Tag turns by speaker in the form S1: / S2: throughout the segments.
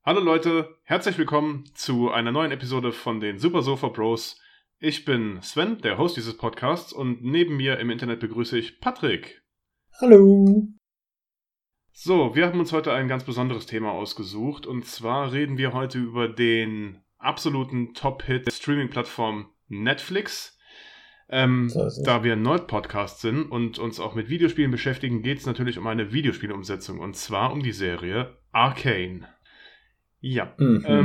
S1: Hallo Leute, herzlich willkommen zu einer neuen Episode von den Super Sofa Bros. Ich bin Sven, der Host dieses Podcasts, und neben mir im Internet begrüße ich Patrick.
S2: Hallo.
S1: So, wir haben uns heute ein ganz besonderes Thema ausgesucht, und zwar reden wir heute über den absoluten Top-Hit der Streaming-Plattform Netflix. Da wir ein Nerd-Podcast sind und uns auch mit Videospielen beschäftigen, geht es natürlich um eine Videospielumsetzung, und zwar um die Serie Arcane. Ja,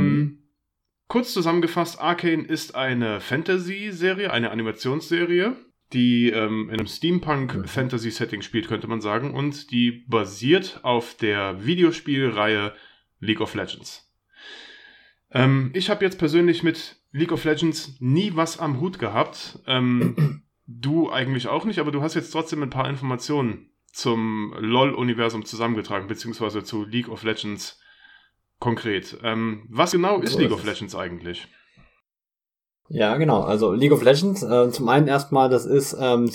S1: kurz zusammengefasst, Arcane ist eine Fantasy-Serie, eine Animationsserie, die in einem Steampunk-Fantasy-Setting spielt, könnte man sagen, und die basiert auf der Videospielreihe League of Legends. Ich habe jetzt persönlich mit League of Legends nie was am Hut gehabt, du eigentlich auch nicht, aber du hast jetzt trotzdem ein paar Informationen zum LoL-Universum zusammengetragen, beziehungsweise zu League of Legends konkret. Was genau ist League of Legends eigentlich?
S2: Ja, genau. Also League of Legends, zum einen erstmal, das ist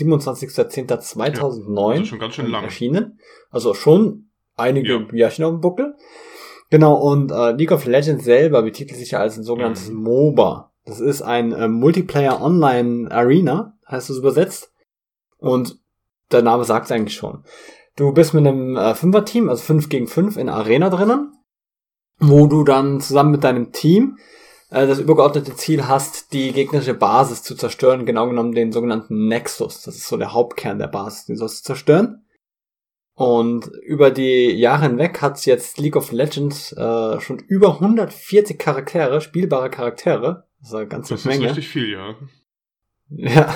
S2: 27.10.2009
S1: also schon ganz schön lang
S2: erschienen. Also schon einige Jährchen auf dem Buckel. Genau, und League of Legends selber betitelt sich ja als ein sogenanntes MOBA. Das ist ein Multiplayer Online Arena, heißt es übersetzt. Und der Name sagt es eigentlich schon. Du bist mit einem 5er-Team, also 5 gegen 5 in der Arena drinnen, wo du dann zusammen mit deinem Team das übergeordnete Ziel hast, die gegnerische Basis zu zerstören, genau genommen den sogenannten Nexus. Das ist so der Hauptkern der Basis, den sollst du zerstören. Und über die Jahre hinweg hat jetzt League of Legends schon über 140 Charaktere, spielbare Charaktere. Das ist eine ganze Menge.
S1: Das ist richtig viel, ja.
S2: Ja.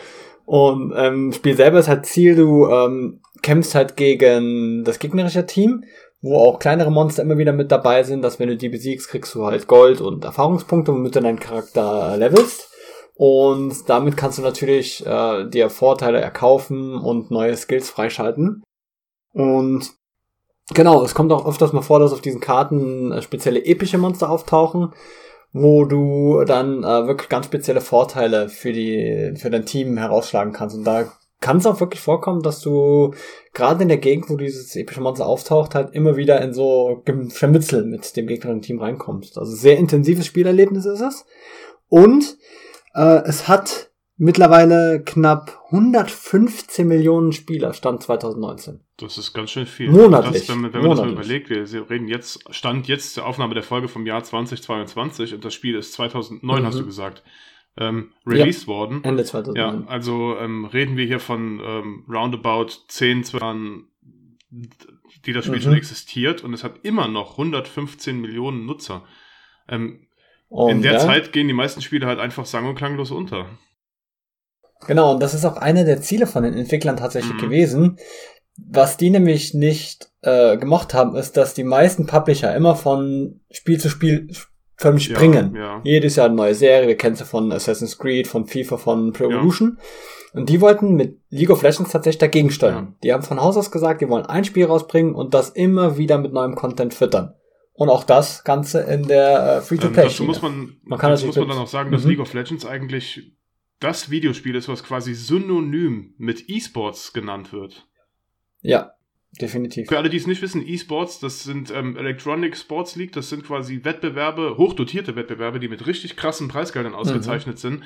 S2: Und Spiel selber ist halt Ziel, du kämpfst halt gegen das gegnerische Team, wo auch kleinere Monster immer wieder mit dabei sind, dass wenn du die besiegst, kriegst du halt Gold und Erfahrungspunkte, womit du deinen Charakter levelst. Und damit kannst du natürlich dir Vorteile erkaufen und neue Skills freischalten. Und genau, es kommt auch öfters mal vor, dass auf diesen Karten spezielle epische Monster auftauchen, wo du dann wirklich ganz spezielle Vorteile für dein Team herausschlagen kannst. Und da kann es auch wirklich vorkommen, dass du gerade in der Gegend, wo dieses epische Monster auftaucht, halt immer wieder in so Vermitzel mit dem gegnerischen Team reinkommst. Also sehr intensives Spielerlebnis ist es. Und es hat mittlerweile knapp 115 Millionen Spieler, Stand 2019.
S1: Das ist ganz schön viel.
S2: Monatlich.
S1: Wenn man das mal überlegt, wir reden jetzt, Stand jetzt der Aufnahme der Folge vom Jahr 2022 und das Spiel ist 2009, hast du gesagt, released worden.
S2: Ende 2009.
S1: Ja, also reden wir hier von roundabout 10, 12 Jahren, die das Spiel schon existiert, und es hat immer noch 115 Millionen Nutzer. In der Zeit gehen die meisten Spiele halt einfach sang- und klanglos unter.
S2: Genau, und das ist auch einer der Ziele von den Entwicklern tatsächlich gewesen. Was die nämlich nicht gemocht haben, ist, dass die meisten Publisher immer von Spiel zu Spiel förmlich springen.
S1: Ja.
S2: Jedes Jahr eine neue Serie, wir kennen sie von Assassin's Creed, von FIFA, von Pro Evolution. Und die wollten mit League of Legends tatsächlich dagegen steuern. Die haben von Haus aus gesagt, die wollen ein Spiel rausbringen und das immer wieder mit neuem Content füttern. Und auch das Ganze in der Free-to-Play-Schiene.
S1: Muss man dann auch sagen, dass League of Legends eigentlich das Videospiel ist, was quasi synonym mit E-Sports genannt wird.
S2: Ja, definitiv.
S1: Für alle, die es nicht wissen, E-Sports, das sind Electronic Sports League, das sind quasi Wettbewerbe, hochdotierte Wettbewerbe, die mit richtig krassen Preisgeldern ausgezeichnet sind,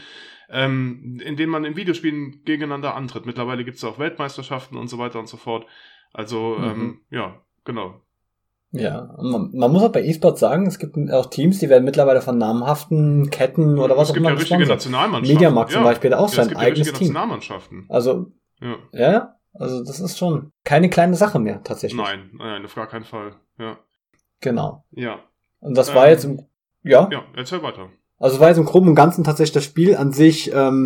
S1: in denen man in Videospielen gegeneinander antritt. Mittlerweile gibt es auch Weltmeisterschaften und so weiter und so fort. Also, ja, genau.
S2: Ja, und man muss auch bei E-Sports sagen, es gibt auch Teams, die werden mittlerweile von namhaften Ketten oder was auch immer gesponsert. Es gibt ja richtige
S1: Nationalmannschaften.
S2: Mediamarkt zum Beispiel, auch sein eigenes Team.
S1: Nationalmannschaften.
S2: Also, ja, also das ist schon keine kleine Sache mehr, tatsächlich.
S1: Nein, auf gar keinen Fall, ja.
S2: Genau.
S1: Ja.
S2: Und das war jetzt
S1: Ja, erzähl weiter.
S2: Also war jetzt im Groben und Ganzen tatsächlich das Spiel an sich,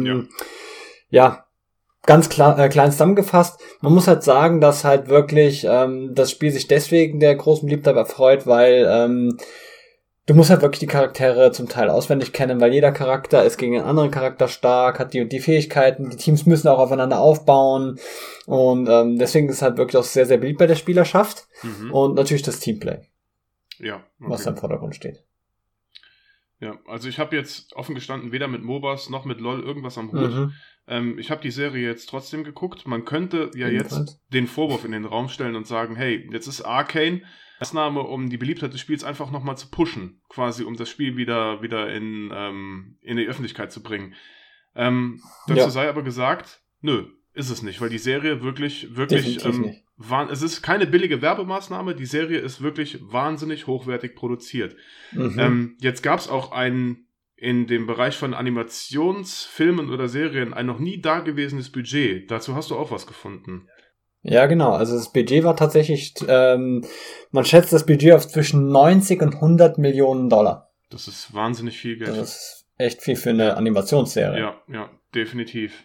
S2: ganz klar, klein zusammengefasst. Man muss halt sagen, dass halt wirklich das Spiel sich deswegen der großen Beliebtheit erfreut, weil du musst halt wirklich die Charaktere zum Teil auswendig kennen, weil jeder Charakter ist gegen einen anderen Charakter stark, hat die und die Fähigkeiten, die Teams müssen auch aufeinander aufbauen und deswegen ist es halt wirklich auch sehr, sehr beliebt bei der Spielerschaft und natürlich das Teamplay, was da im Vordergrund steht.
S1: Ja, also ich habe jetzt offen gestanden weder mit MOBAs noch mit LoL irgendwas am Hut. Ich habe die Serie jetzt trotzdem geguckt. Man könnte ja jetzt den Vorwurf in den Raum stellen und sagen, hey, jetzt ist Arcane Maßnahme, um die Beliebtheit des Spiels einfach nochmal zu pushen, quasi um das Spiel wieder in die Öffentlichkeit zu bringen. Dazu sei aber gesagt, nö, ist es nicht, weil die Serie wirklich es ist keine billige Werbemaßnahme, die Serie ist wirklich wahnsinnig hochwertig produziert. Jetzt gab es auch in dem Bereich von Animationsfilmen oder Serien ein noch nie dagewesenes Budget. Dazu hast du auch was gefunden.
S2: Ja, genau. Also das Budget war tatsächlich, man schätzt das Budget auf zwischen 90 und 100 Millionen $.
S1: Das ist wahnsinnig viel Geld.
S2: Das ist echt viel für eine Animationsserie.
S1: Ja, definitiv.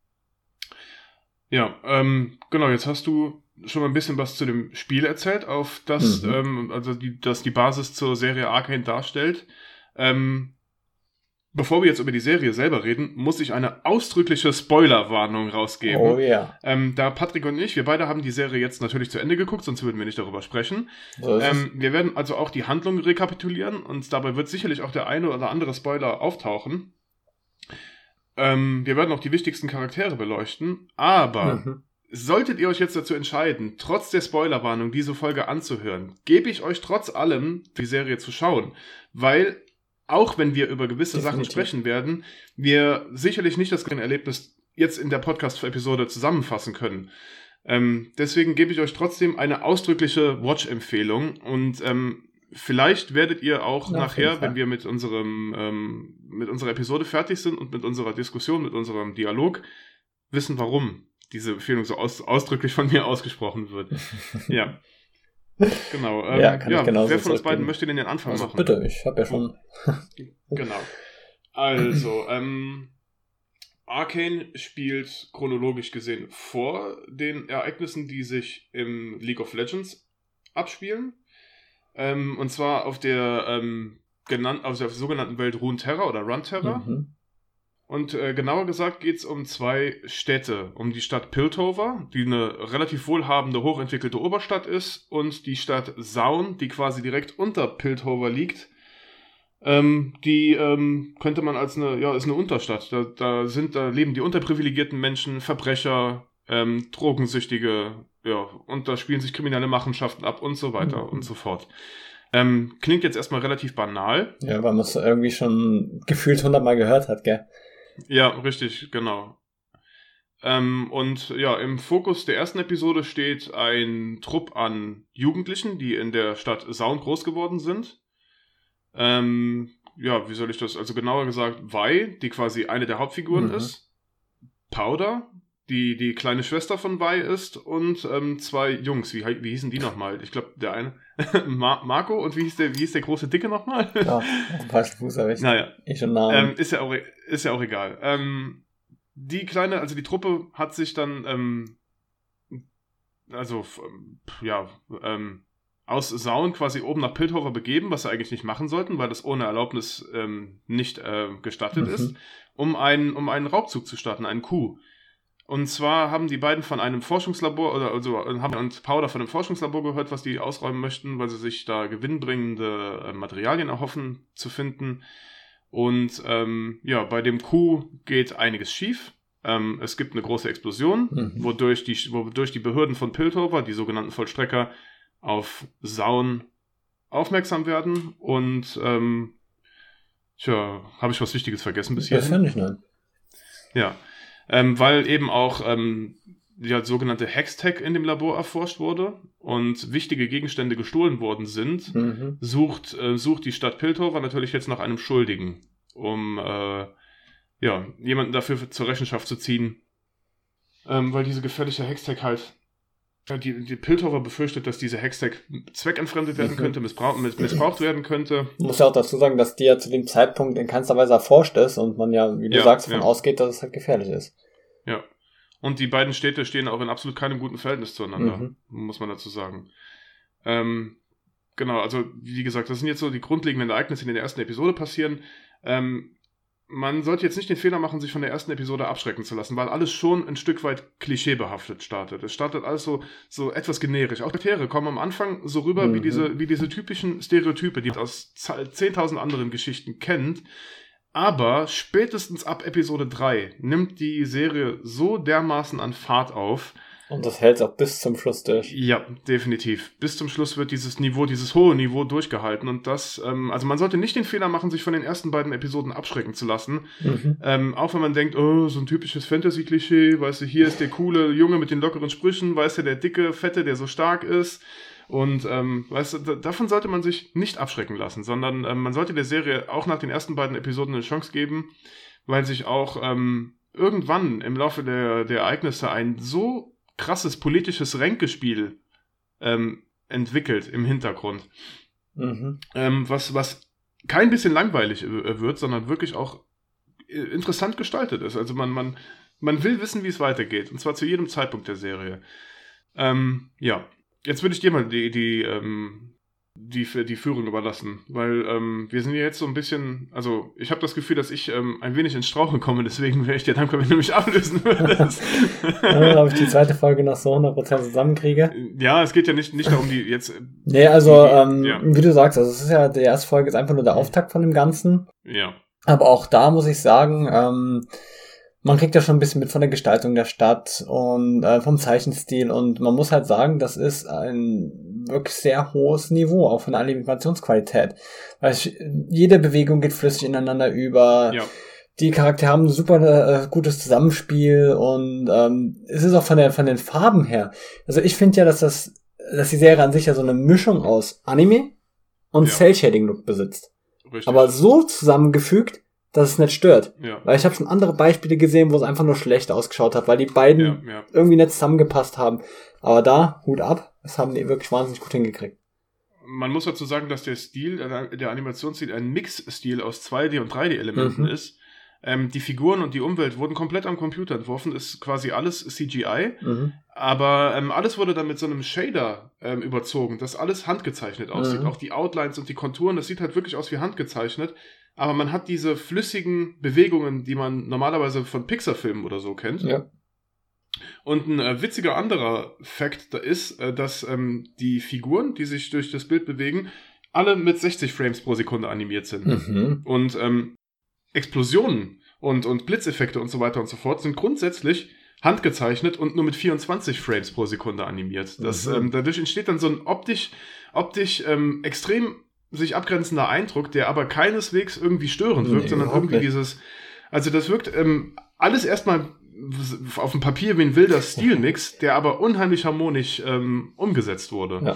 S1: Ja, genau, jetzt hast du schon mal ein bisschen was zu dem Spiel erzählt, auf das, das die Basis zur Serie Arcane darstellt. Bevor wir jetzt über die Serie selber reden, muss ich eine ausdrückliche Spoilerwarnung rausgeben.
S2: Oh ja.
S1: Da Patrick und ich, wir beide haben die Serie jetzt natürlich zu Ende geguckt, sonst würden wir nicht darüber sprechen.
S2: So
S1: wir werden also auch die Handlung rekapitulieren und dabei wird sicherlich auch der eine oder andere Spoiler auftauchen. Wir werden auch die wichtigsten Charaktere beleuchten, aber solltet ihr euch jetzt dazu entscheiden, trotz der Spoilerwarnung diese Folge anzuhören, gebe ich euch trotz allem die Serie zu schauen, weil auch wenn wir über gewisse Sachen sprechen werden, wir sicherlich nicht das Erlebnis jetzt in der Podcast-Episode zusammenfassen können. Deswegen gebe ich euch trotzdem eine ausdrückliche Watch-Empfehlung und vielleicht werdet ihr auch nachher, wenn wir mit unserer Episode fertig sind und mit unserer Diskussion, mit unserem Dialog, wissen, warum diese Empfehlung so ausdrücklich von mir ausgesprochen wird. Ja. Genau. Wer von uns beiden möchte denn den Anfang machen?
S2: Bitte, ich habe ja schon.
S1: Genau. Also, Arcane spielt chronologisch gesehen vor den Ereignissen, die sich im League of Legends abspielen. Und zwar auf der sogenannten Welt Runeterra oder Runeterra. Und genauer gesagt geht es um 2 Städte. Um die Stadt Piltover, die eine relativ wohlhabende, hochentwickelte Oberstadt ist, und die Stadt Zaun, die quasi direkt unter Piltover liegt. Die könnte man als ist eine Unterstadt. Da leben die unterprivilegierten Menschen, Verbrecher, Drogensüchtige, und da spielen sich kriminelle Machenschaften ab und so weiter und so fort. Klingt jetzt erstmal relativ banal.
S2: Ja, weil man es irgendwie schon gefühlt 100-mal gehört hat, gell?
S1: Ja, richtig, genau. Und im Fokus der ersten Episode steht ein Trupp an Jugendlichen, die in der Stadt Zaun groß geworden sind. Wie soll ich das? Also genauer gesagt, Vi, die quasi eine der Hauptfiguren ist. Powder, die kleine Schwester von Vi ist, und 2 Jungs. Wie hießen die nochmal? Ich glaube, der eine Marco, und wie hieß der große Dicke nochmal?
S2: Ja, auf dem falschen Fuß erwischt.
S1: Naja.
S2: Namen.
S1: Ist ja auch egal. Die Truppe hat sich dann aus Zaun quasi oben nach Piltover begeben, was sie eigentlich nicht machen sollten, weil das ohne Erlaubnis nicht gestattet ist, um einen Raubzug zu starten, einen Coup. Und zwar haben die beiden von einem Forschungslabor haben Powder von einem Forschungslabor gehört, was die ausräumen möchten, weil sie sich da gewinnbringende Materialien erhoffen zu finden. Und bei dem Coup geht einiges schief. Es gibt eine große Explosion, wodurch die Behörden von Piltover, die sogenannten Vollstrecker, auf Zaun aufmerksam werden. Und habe ich was Wichtiges vergessen bis hierhin?
S2: Das finde ich nicht.
S1: Ja. Weil eben auch die sogenannte Hextech in dem Labor erforscht wurde und wichtige Gegenstände gestohlen worden sind, sucht die Stadt Piltover natürlich jetzt nach einem Schuldigen, um jemanden dafür zur Rechenschaft zu ziehen, weil diese gefährliche Hextech halt, die Piltover befürchtet, dass diese Hextech zweckentfremdet werden könnte, missbraucht werden könnte.
S2: Ich muss ja auch dazu sagen, dass die ja zu dem Zeitpunkt in keinster Weise erforscht ist und man ja, wie du sagst, davon ausgeht, dass es halt gefährlich ist.
S1: Ja. Und die beiden Städte stehen auch in absolut keinem guten Verhältnis zueinander, muss man dazu sagen. Genau, also wie gesagt, das sind jetzt so die grundlegenden Ereignisse, die in der ersten Episode passieren. Man sollte jetzt nicht den Fehler machen, sich von der ersten Episode abschrecken zu lassen, weil alles schon ein Stück weit klischeebehaftet startet. Es startet alles so etwas generisch. Auch Charaktere kommen am Anfang so rüber wie diese typischen Stereotype, die man aus 10.000 anderen Geschichten kennt. Aber spätestens ab Episode 3 nimmt die Serie so dermaßen an Fahrt auf,
S2: Und das hält auch bis zum Schluss durch.
S1: Ja, definitiv. Bis zum Schluss wird dieses hohe Niveau durchgehalten. Und das, also man sollte nicht den Fehler machen, sich von den ersten beiden Episoden abschrecken zu lassen. Auch wenn man denkt, oh, so ein typisches Fantasy-Klischee, weißt du, hier ist der coole Junge mit den lockeren Sprüchen, weißt du, der dicke, fette, der so stark ist. Und weißt du, davon sollte man sich nicht abschrecken lassen, sondern man sollte der Serie auch nach den ersten beiden Episoden eine Chance geben, weil sich auch irgendwann im Laufe der Ereignisse ein so krasses politisches Ränkespiel entwickelt im Hintergrund. Was kein bisschen langweilig wird, sondern wirklich auch interessant gestaltet ist. Also man will wissen, wie es weitergeht. Und zwar zu jedem Zeitpunkt der Serie. Ja, jetzt würde ich dir mal die Führung überlassen, weil wir sind ja jetzt so ein bisschen, also ich habe das Gefühl, dass ich ein wenig ins Straucheln komme, deswegen wäre ich dir dankbar, wenn du mich ablösen würdest.
S2: Ob ich die zweite Folge noch so 100% zusammenkriege.
S1: Ja, es geht ja nicht darum, die jetzt...
S2: Nee, also wie du sagst, also es ist ja, die erste Folge ist einfach nur der Auftakt von dem Ganzen.
S1: Ja.
S2: Aber auch da muss ich sagen, man kriegt ja schon ein bisschen mit von der Gestaltung der Stadt und vom Zeichenstil und man muss halt sagen, das ist ein wirklich sehr hohes Niveau, auch von der Animationsqualität. Also jede Bewegung geht flüssig ineinander über. Ja. Die Charaktere haben ein super gutes Zusammenspiel und es ist auch von den Farben her. Also ich finde ja, dass die Serie an sich ja so eine Mischung aus Anime und Cel-Shading-Look besitzt. Richtig. Aber so zusammengefügt, dass es nicht stört. Ja. Weil ich habe schon andere Beispiele gesehen, wo es einfach nur schlecht ausgeschaut hat, weil die beiden irgendwie nicht zusammengepasst haben. Aber da, Hut ab, das haben die wirklich wahnsinnig gut hingekriegt.
S1: Man muss dazu sagen, dass der Stil, der Animationsstil ein Mix-Stil aus 2D- und 3D-Elementen ist. Die Figuren und die Umwelt wurden komplett am Computer entworfen, ist quasi alles CGI, aber alles wurde dann mit so einem Shader überzogen, dass alles handgezeichnet aussieht. Auch die Outlines und die Konturen, das sieht halt wirklich aus wie handgezeichnet, aber man hat diese flüssigen Bewegungen, die man normalerweise von Pixar-Filmen oder so kennt. Ja. Und ein witziger anderer Fact da ist, dass die Figuren, die sich durch das Bild bewegen, alle mit 60 Frames pro Sekunde animiert sind. Und Explosionen und Blitzeffekte und so weiter und so fort sind grundsätzlich handgezeichnet und nur mit 24 Frames pro Sekunde animiert. Dadurch entsteht dann so ein optisch extrem sich abgrenzender Eindruck, der aber keineswegs irgendwie störend wirkt, sondern irgendwie dieses, also das wirkt alles erstmal auf dem Papier wie ein wilder Stilmix, der aber unheimlich harmonisch umgesetzt wurde. Ja.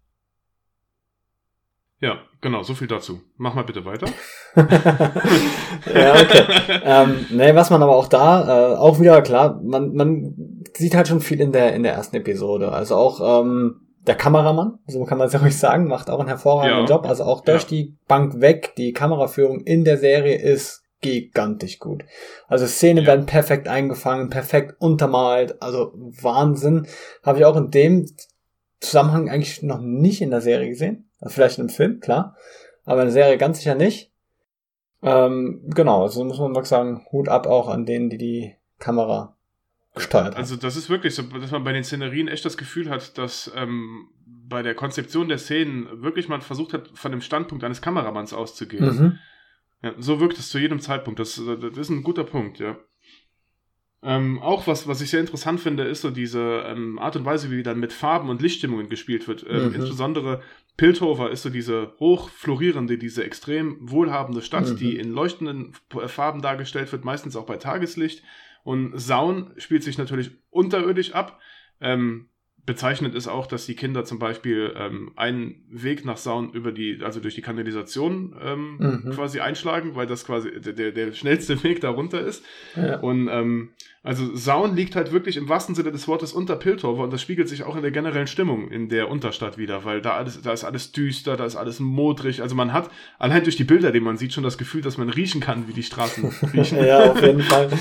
S1: Ja, genau, so viel dazu. Mach mal bitte weiter.
S2: Ja, okay. Was man aber auch da, auch wieder, klar, man sieht halt schon viel in der ersten Episode. Also auch der Kameramann, so kann man es ja ruhig sagen, macht auch einen hervorragenden Job. Also auch durch die Bank weg, die Kameraführung in der Serie ist gigantisch gut. Also Szenen werden perfekt eingefangen, perfekt untermalt, also Wahnsinn. Habe ich auch in dem Zusammenhang eigentlich noch nicht in der Serie gesehen. Also vielleicht im Film, klar. Aber in der Serie ganz sicher nicht. Genau, also muss man wirklich sagen, Hut ab auch an denen, die Kamera gesteuert haben.
S1: Also das ist wirklich so, dass man bei den Szenerien echt das Gefühl hat, dass bei der Konzeption der Szenen wirklich man versucht hat, von dem Standpunkt eines Kameramanns auszugehen. Ja, so wirkt es zu jedem Zeitpunkt. Das ist ein guter Punkt, ja. Auch was ich sehr interessant finde, ist so diese Art und Weise, wie dann mit Farben und Lichtstimmungen gespielt wird. Insbesondere Piltover ist so diese hochflorierende, diese extrem wohlhabende Stadt, die in leuchtenden Farben dargestellt wird, meistens auch bei Tageslicht. Und Zaun spielt sich natürlich unterirdisch ab. Bezeichnend ist auch, dass die Kinder zum Beispiel einen Weg nach Zaun durch die Kanalisation quasi einschlagen, weil das quasi der schnellste Weg darunter ist. Ja. Und also Zaun liegt halt wirklich im wahrsten Sinne des Wortes unter Piltover und das spiegelt sich auch in der generellen Stimmung in der Unterstadt wieder, weil da ist alles düster, da ist alles modrig. Also man hat allein durch die Bilder, die man sieht, schon das Gefühl, dass man riechen kann, wie die Straßen riechen.
S2: Ja, auf jeden Fall.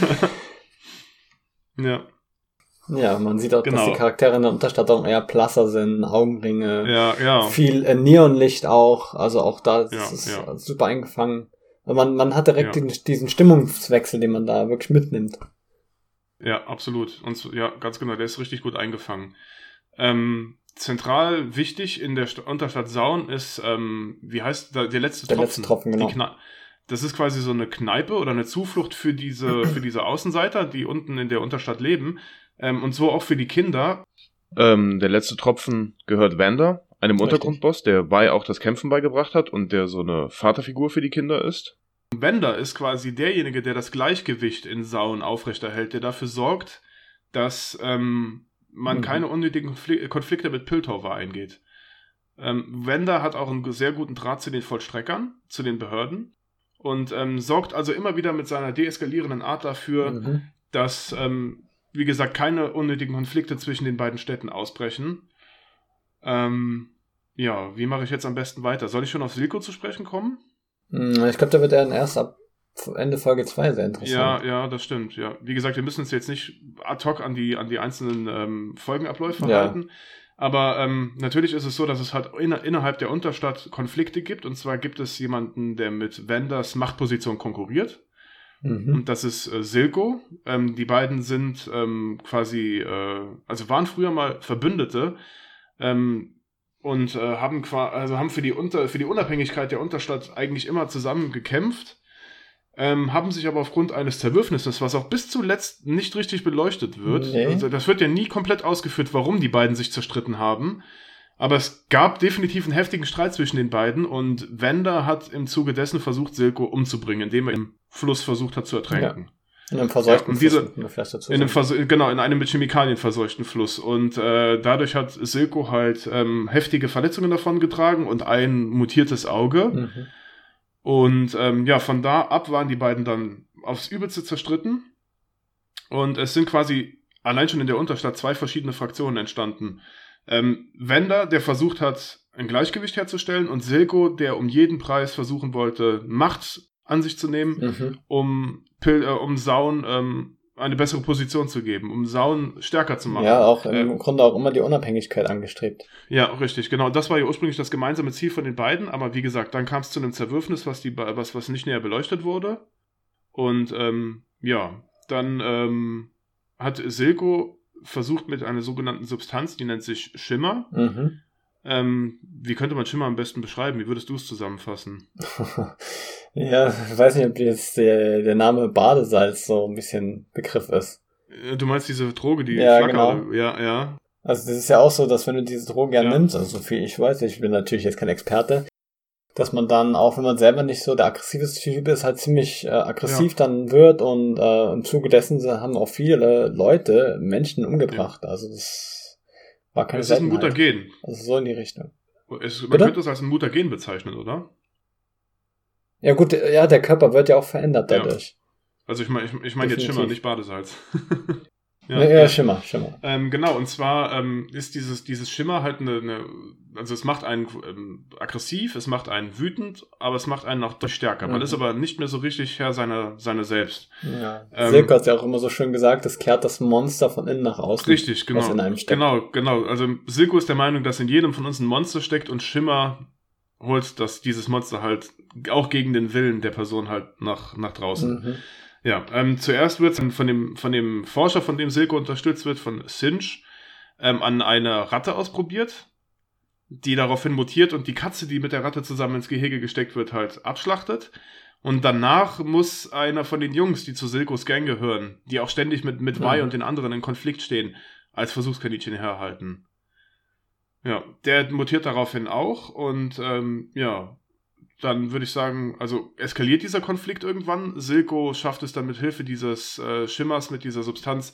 S1: Ja.
S2: Ja, man sieht auch, dass die Charaktere in der Unterstadt auch eher blasser sind, Augenringe, viel Neonlicht auch, also auch da ist es super eingefangen. Man hat direkt diesen Stimmungswechsel, den man da wirklich mitnimmt.
S1: Ja, absolut. Und ja, ganz genau, der ist richtig gut eingefangen. Zentral wichtig in der Unterstadt Zaun ist, wie heißt der letzte Tropfen? Der letzte Tropfen, genau. Das ist quasi so eine Kneipe oder eine Zuflucht für diese Außenseiter, die unten in der Unterstadt leben. Und so auch für die Kinder.
S3: Der letzte Tropfen gehört Vander, einem Untergrundboss, der Vi auch das Kämpfen beigebracht hat und der so eine Vaterfigur für die Kinder ist.
S1: Vander ist quasi derjenige, der das Gleichgewicht in Zaun aufrechterhält, der dafür sorgt, dass man keine unnötigen Konflikte mit Piltover eingeht. Vander hat auch einen sehr guten Draht zu den Vollstreckern, zu den Behörden und sorgt also immer wieder mit seiner deeskalierenden Art dafür, dass, wie gesagt, keine unnötigen Konflikte zwischen den beiden Städten ausbrechen. Ja, wie mache ich jetzt am besten weiter? Soll ich schon auf Silco zu sprechen kommen?
S2: Ich glaube, da wird er dann erst ab Ende Folge 2 sehr interessant.
S1: Ja, das stimmt. Ja. Wie gesagt, wir müssen uns jetzt nicht ad hoc an die einzelnen Folgenabläufe halten. Aber natürlich ist es so, dass es halt innerhalb der Unterstadt Konflikte gibt. Und zwar gibt es jemanden, der mit Vanders Machtposition konkurriert. Und das ist Silco. Die beiden sind quasi, also waren früher mal Verbündete und haben für die Unabhängigkeit der Unterstadt eigentlich immer zusammen gekämpft, haben sich aber aufgrund eines Zerwürfnisses, was auch bis zuletzt nicht richtig beleuchtet wird, also das wird ja nie komplett ausgeführt, warum die beiden sich zerstritten haben, aber es gab definitiv einen heftigen Streit zwischen den beiden und Vander hat im Zuge dessen versucht, Silco umzubringen, indem er im Fluss versucht hat zu ertränken.
S2: In einem verseuchten Fluss.
S1: In einem mit Chemikalien verseuchten Fluss. Und dadurch hat Silco halt heftige Verletzungen davon getragen und ein mutiertes Auge. Und von da ab waren die beiden dann aufs Übelste zerstritten. Und es sind quasi allein schon in der Unterstadt 2 verschiedene Fraktionen entstanden. Vander, der versucht hat, ein Gleichgewicht herzustellen, und Silco, der um jeden Preis versuchen wollte, Macht an sich zu nehmen, um Zaun eine bessere Position zu geben, um Zaun stärker zu machen.
S2: Ja, auch im Grunde auch immer die Unabhängigkeit angestrebt.
S1: Ja, richtig, genau. Das war ja ursprünglich das gemeinsame Ziel von den beiden, aber wie gesagt, dann kam es zu einem Zerwürfnis, was nicht näher beleuchtet wurde. Und dann hat Silco versucht mit einer sogenannten Substanz, die nennt sich Schimmer. Wie könnte man Schimmer am besten beschreiben? Wie würdest du es zusammenfassen?
S2: Ja, ich weiß nicht, ob jetzt der Name Badesalz so ein bisschen Begriff ist.
S1: Du meinst diese Droge, die
S2: flackert?
S1: Genau. Ja.
S2: Also das ist ja auch so, dass wenn du diese Droge gerne nimmst, also so viel ich weiß, ich bin natürlich jetzt kein Experte, dass man dann, auch wenn man selber nicht so der aggressivste Typ ist, halt ziemlich aggressiv dann wird und im Zuge dessen haben auch viele Leute Menschen umgebracht. Also das war keine Seltenheit.
S1: Das ist ein Mutagen.
S2: Also so in die Richtung.
S1: Man könnte es als ein Mutagen bezeichnen, oder?
S2: Ja gut, der Körper wird ja auch verändert dadurch.
S1: Ja. Also ich meine jetzt Schimmer, nicht Badesalz.
S2: Schimmer.
S1: Genau, und zwar ist dieses Schimmer halt also es macht einen aggressiv, es macht einen wütend, aber es macht einen auch deutlich stärker. Man ist aber nicht mehr so richtig Herr seiner selbst.
S2: Ja. Silco hat ja auch immer so schön gesagt, das kehrt das Monster von innen nach außen.
S1: Richtig, genau. Was in einem steckt. Genau. Also Silco ist der Meinung, dass in jedem von uns ein Monster steckt und Schimmer holt dieses Monster halt auch gegen den Willen der Person halt nach draußen. Ja, zuerst wird es von dem Forscher, von dem Silco unterstützt wird, von Sinch, an eine Ratte ausprobiert, die daraufhin mutiert und die Katze, die mit der Ratte zusammen ins Gehege gesteckt wird, halt abschlachtet. Und danach muss einer von den Jungs, die zu Silcos Gang gehören, die auch ständig mit Vi und den anderen in Konflikt stehen, als Versuchskaninchen herhalten. Ja, der mutiert daraufhin auch und dann würde ich sagen, also eskaliert dieser Konflikt irgendwann. Silco schafft es dann mit Hilfe dieses Schimmers, mit dieser Substanz,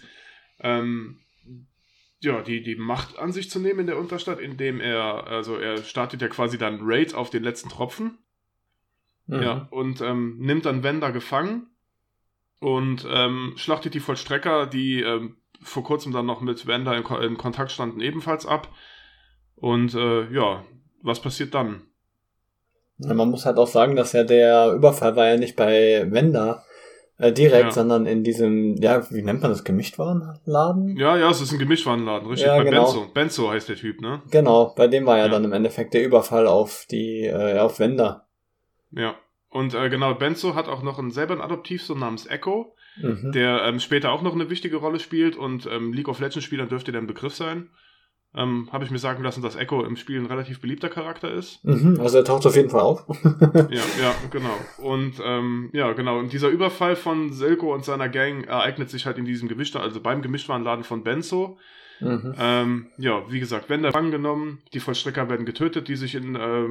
S1: die Macht an sich zu nehmen in der Unterstadt, indem er startet ja quasi dann Raid auf den letzten Tropfen. Ja, und nimmt dann Vander gefangen und schlachtet die Vollstrecker, die vor kurzem dann noch mit Vander in Kontakt standen, ebenfalls ab. Und was passiert dann?
S2: Man muss halt auch sagen, dass ja der Überfall war ja nicht bei Vander direkt, sondern in diesem, wie nennt man das, Gemischtwarenladen?
S1: Ja, es ist ein Gemischtwarenladen, richtig.
S2: Ja,
S1: bei
S2: genau.
S1: Benzo heißt der Typ, ne?
S2: Genau, bei dem war ja dann im Endeffekt der Überfall auf auf Vander.
S1: Ja, und Benzo hat auch noch selber einen Adoptivsohn namens Echo, der später auch noch eine wichtige Rolle spielt und League of Legends Spielern dürfte der ein Begriff sein. habe ich mir sagen lassen, dass Echo im Spiel ein relativ beliebter Charakter ist.
S2: Also er taucht auf jeden Fall auf.
S1: Ja, genau. Und genau. Und dieser Überfall von Silco und seiner Gang ereignet sich halt in diesem beim Gemischtwarenladen von Benzo. Wie gesagt, Wender gefangen genommen, die Vollstrecker werden getötet, die sich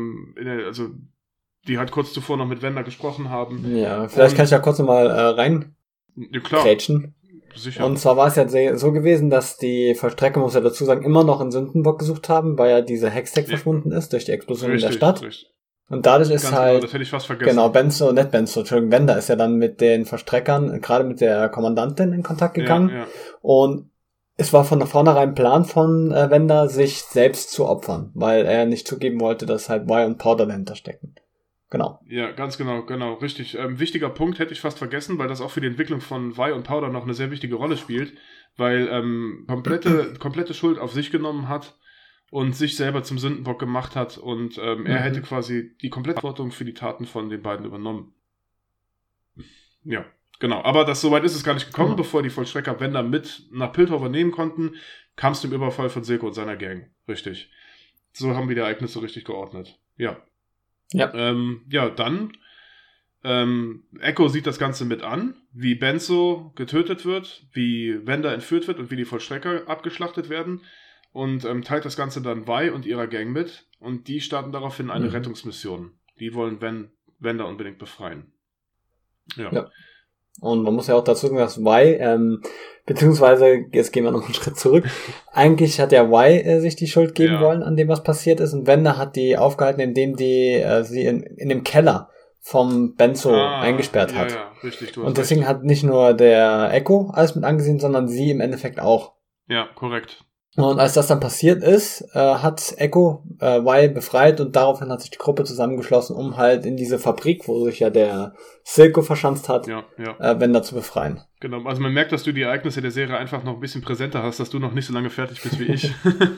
S1: die halt kurz zuvor noch mit Wender gesprochen haben.
S2: Ja, vielleicht kann ich da kurz nochmal rein grätschen.
S1: Sicher.
S2: Und zwar war es ja so gewesen, dass die Vollstrecker, muss ja dazu sagen, immer noch in Sündenbock gesucht haben, weil ja diese Hextech verschwunden ist durch die Explosion in der Stadt. Richtig. Und dadurch ist
S1: Ganz
S2: halt,
S1: genau, das hätte ich fast vergessen.
S2: Genau, Wender ist ja dann mit den Vollstreckern, gerade mit der Kommandantin in Kontakt gegangen. Ja. Und es war von vornherein Plan von Wender, sich selbst zu opfern, weil er nicht zugeben wollte, dass halt Y und Powder dahinter stecken. Genau. Ja,
S1: ganz genau, richtig. Wichtiger Punkt hätte ich fast vergessen, weil das auch für die Entwicklung von Y und Powder noch eine sehr wichtige Rolle spielt, weil komplette Schuld auf sich genommen hat und sich selber zum Sündenbock gemacht hat und er hätte quasi die komplette Verantwortung für die Taten von den beiden übernommen. Ja, genau. Aber soweit ist es gar nicht gekommen, bevor die Vollstrecker Wender mit nach Piltover nehmen konnten, kam es zum Überfall von Silco und seiner Gang. Richtig. So haben wir die Ereignisse richtig geordnet. Ja.
S2: Ja.
S1: Dann Echo sieht das Ganze mit an, wie Benzo getötet wird, wie Wender entführt wird und wie die Vollstrecker abgeschlachtet werden und teilt das Ganze dann Vi und ihrer Gang mit und die starten daraufhin eine Rettungsmission. Die wollen Wender unbedingt befreien.
S2: Ja. Und man muss ja auch dazu sagen, dass Y, beziehungsweise, jetzt gehen wir noch einen Schritt zurück, eigentlich hat ja Y sich die Schuld geben wollen an dem, was passiert ist, und Wender hat die aufgehalten, indem die sie in dem Keller vom Benzo eingesperrt hat. Ja, richtig. Und deswegen hat nicht nur der Echo alles mit angesehen, sondern sie im Endeffekt auch.
S1: Ja, korrekt.
S2: Und als das dann passiert ist, hat Echo Y befreit und daraufhin hat sich die Gruppe zusammengeschlossen, um halt in diese Fabrik, wo sich ja der Silco verschanzt hat, Wender zu befreien.
S1: Genau, also man merkt, dass du die Ereignisse der Serie einfach noch ein bisschen präsenter hast, dass du noch nicht so lange fertig bist wie ich.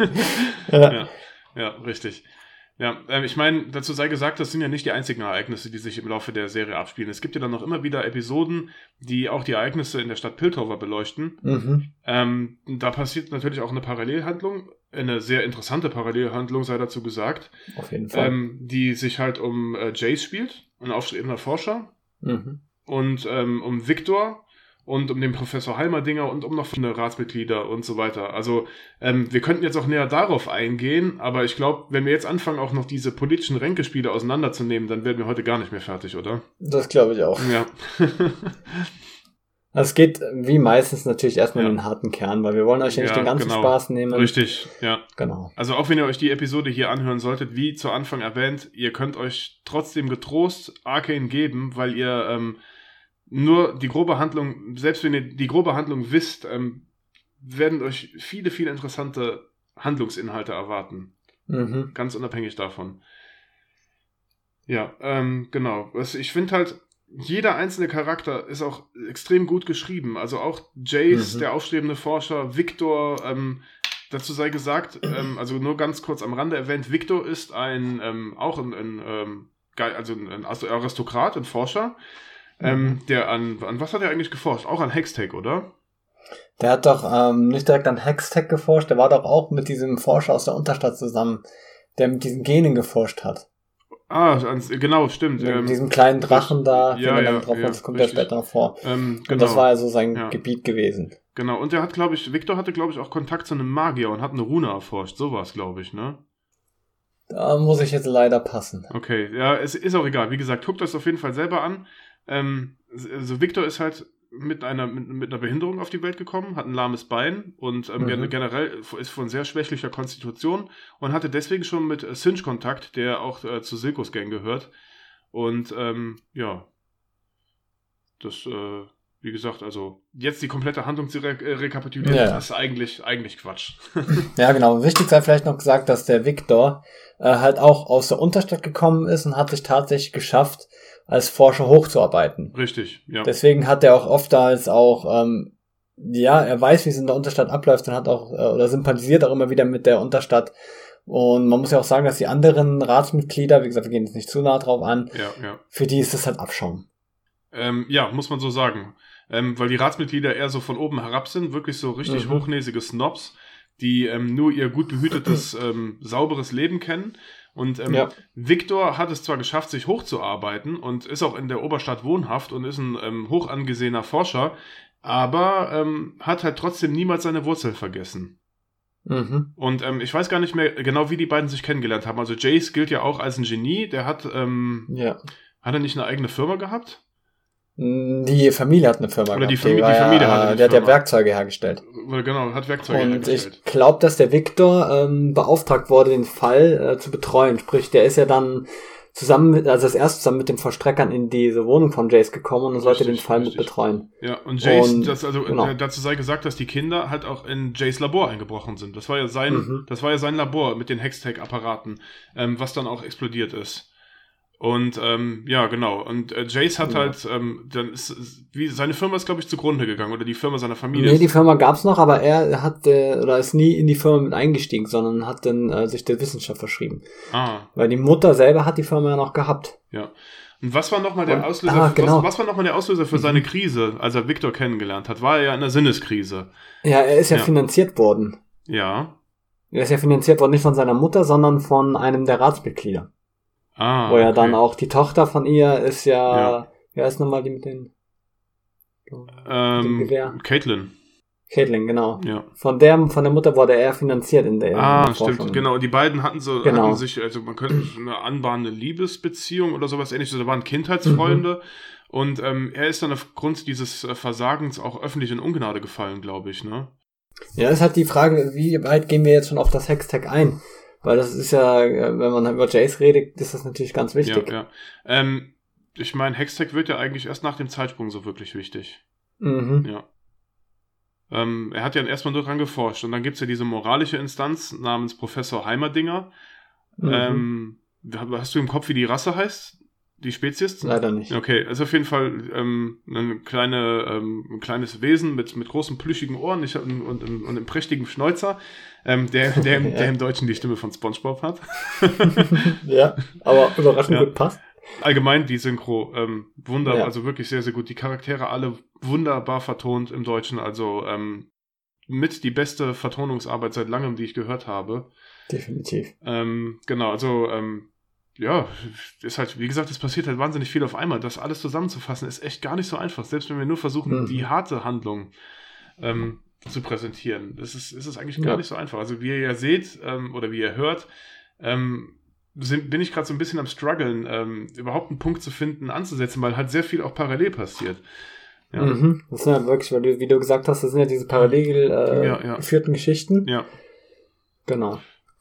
S1: Ja, richtig. Ja, ich meine, dazu sei gesagt, das sind ja nicht die einzigen Ereignisse, die sich im Laufe der Serie abspielen. Es gibt ja dann noch immer wieder Episoden, die auch die Ereignisse in der Stadt Piltover beleuchten. Da passiert natürlich auch eine Parallelhandlung, eine sehr interessante Parallelhandlung, sei dazu gesagt.
S2: Auf jeden Fall.
S1: Die sich halt um Jace spielt, ein aufstrebender Forscher, und um Victor und um den Professor Heimerdinger und um noch viele Ratsmitglieder und so weiter. Also wir könnten jetzt auch näher darauf eingehen, aber ich glaube, wenn wir jetzt anfangen, auch noch diese politischen Ränkespiele auseinanderzunehmen, dann werden wir heute gar nicht mehr fertig, oder?
S2: Das glaube ich auch.
S1: Ja.
S2: Also es geht wie meistens natürlich erstmal in den harten Kern, weil wir wollen euch ja nicht den ganzen Spaß nehmen.
S1: Richtig, ja.
S2: Genau.
S1: Also auch wenn ihr euch die Episode hier anhören solltet, wie zu Anfang erwähnt, ihr könnt euch trotzdem getrost Arcane geben, weil ihr nur die grobe Handlung, selbst wenn ihr die grobe Handlung wisst, werden euch viele, viele interessante Handlungsinhalte erwarten. Ganz unabhängig davon. Ja, genau. Ich finde halt, jeder einzelne Charakter ist auch extrem gut geschrieben. Also auch Jace, der aufstrebende Forscher, Victor, dazu sei gesagt, also nur ganz kurz am Rande erwähnt, Victor ist ein Aristokrat, ein Forscher, der an was hat er eigentlich geforscht? Auch an Hextech, oder?
S2: Der hat doch nicht direkt an Hextech geforscht, der war doch auch mit diesem Forscher aus der Unterstadt zusammen, der mit diesen Genen geforscht hat.
S1: Genau, stimmt.
S2: Mit diesem kleinen Drachen da, das kommt ja später noch vor. Und das war ja so sein Gebiet gewesen.
S1: Genau, und Victor hatte, glaube ich, auch Kontakt zu einem Magier und hat eine Rune erforscht. So war es, glaube ich, ne?
S2: Da muss ich jetzt leider passen.
S1: Okay, ja, es ist auch egal. Wie gesagt, guckt das auf jeden Fall selber an. Also Victor ist halt mit einer Behinderung auf die Welt gekommen, hat ein lahmes Bein und generell ist von sehr schwächlicher Konstitution und hatte deswegen schon mit Sinch Kontakt, der auch zu Silcos Gang gehört. Und das, wie gesagt, also jetzt die komplette Handlung zu rekapitulieren, das ist eigentlich Quatsch.
S2: Ja, genau. Wichtig sei vielleicht noch gesagt, dass der Victor halt auch aus der Unterstadt gekommen ist und hat sich tatsächlich geschafft, als Forscher hochzuarbeiten.
S1: Richtig, ja.
S2: Deswegen hat er auch oftmals auch, er weiß, wie es in der Unterstadt abläuft und hat auch, oder sympathisiert auch immer wieder mit der Unterstadt. Und man muss ja auch sagen, dass die anderen Ratsmitglieder, wie gesagt, wir gehen jetzt nicht zu nah drauf an, für die ist das halt Abschaum.
S1: Muss man so sagen. Weil die Ratsmitglieder eher so von oben herab sind, wirklich so richtig hochnäsige Snobs, die nur ihr gut behütetes, sauberes Leben kennen. Und Victor hat es zwar geschafft, sich hochzuarbeiten und ist auch in der Oberstadt wohnhaft und ist ein hoch angesehener Forscher, aber hat halt trotzdem niemals seine Wurzel vergessen.
S2: Mhm.
S1: Und ich weiß gar nicht mehr genau, wie die beiden sich kennengelernt haben. Also Jace gilt ja auch als ein Genie. Der hat, hat er nicht eine eigene Firma gehabt?
S2: Die Familie hat eine Firma
S1: Oder
S2: gehabt.
S1: Die Familie hat eine Firma.
S2: Der hat ja Werkzeuge hergestellt.
S1: Genau, hat Werkzeuge hergestellt.
S2: Und ich glaube, dass der Victor beauftragt wurde, den Fall zu betreuen. Sprich, der ist ja dann zusammen mit den Vollstreckern in diese Wohnung von Jace gekommen und sollte den Fall mit betreuen.
S1: Ja, und Jace, dazu sei gesagt, dass die Kinder halt auch in Jace Labor eingebrochen sind. Das war ja sein Labor mit den Hextech-Apparaten, was dann auch explodiert ist. Und genau. Und Jace hat dann seine Firma ist, glaube ich, zugrunde gegangen oder die Firma seiner Familie.
S2: Nee, die Firma gab's noch, aber er ist nie in die Firma mit eingestiegen, sondern hat dann sich der Wissenschaft verschrieben. Weil die Mutter selber hat die Firma ja noch gehabt.
S1: Ja. Und was war nochmal der Auslöser? Was war nochmal der Auslöser für seine Krise, als er Victor kennengelernt hat? War er ja in einer Sinneskrise.
S2: Ja, er ist ja finanziert worden.
S1: Ja.
S2: Er ist ja finanziert worden nicht von seiner Mutter, sondern von einem der Ratsmitglieder. Wo ja dann auch die Tochter von ihr ist wer ist nochmal die mit dem Gewehr?
S1: Caitlin,
S2: genau.
S1: Ja.
S2: Von der Mutter wurde er finanziert in der
S1: stimmt, genau. Und die beiden hatten sich, also man könnte eine anbahnende Liebesbeziehung oder sowas ähnliches, da waren Kindheitsfreunde. Und er ist dann aufgrund dieses Versagens auch öffentlich in Ungnade gefallen, glaube ich, ne?
S2: Ja, ist halt die Frage, wie weit gehen wir jetzt schon auf das Hextech ein? Weil das ist ja, wenn man über Jace redet, ist das natürlich ganz wichtig.
S1: Ja. Ich meine, Hextech wird ja eigentlich erst nach dem Zeitsprung so wirklich wichtig.
S2: Mhm.
S1: Ja. Er hat ja erstmal nur dran geforscht. Und dann gibt es ja diese moralische Instanz namens Professor Heimerdinger. Hast du im Kopf, wie die Rasse heißt? Die Spezies?
S2: Leider nicht.
S1: Okay, also auf jeden Fall ein kleines Wesen mit großen plüschigen Ohren und einem prächtigen Schnäuzer, der im Deutschen die Stimme von SpongeBob hat.
S2: Ja, aber überraschend gut passt.
S1: Allgemein die Synchro wunderbar, also wirklich sehr, sehr gut. Die Charaktere alle wunderbar vertont im Deutschen, also mit die beste Vertonungsarbeit seit langem, die ich gehört habe.
S2: Definitiv.
S1: Genau, also ist halt, wie gesagt, es passiert halt wahnsinnig viel auf einmal. Das alles zusammenzufassen ist echt gar nicht so einfach. Selbst wenn wir nur versuchen, die harte Handlung zu präsentieren. Das ist eigentlich gar nicht so einfach. Also wie ihr ja seht oder wie ihr hört, bin ich gerade so ein bisschen am struggeln, überhaupt einen Punkt zu finden, anzusetzen, weil halt sehr viel auch parallel passiert. Ja.
S2: Das sind ja wirklich, weil wie du gesagt hast, das sind ja diese parallel geführten Geschichten.
S1: Ja.
S2: Genau.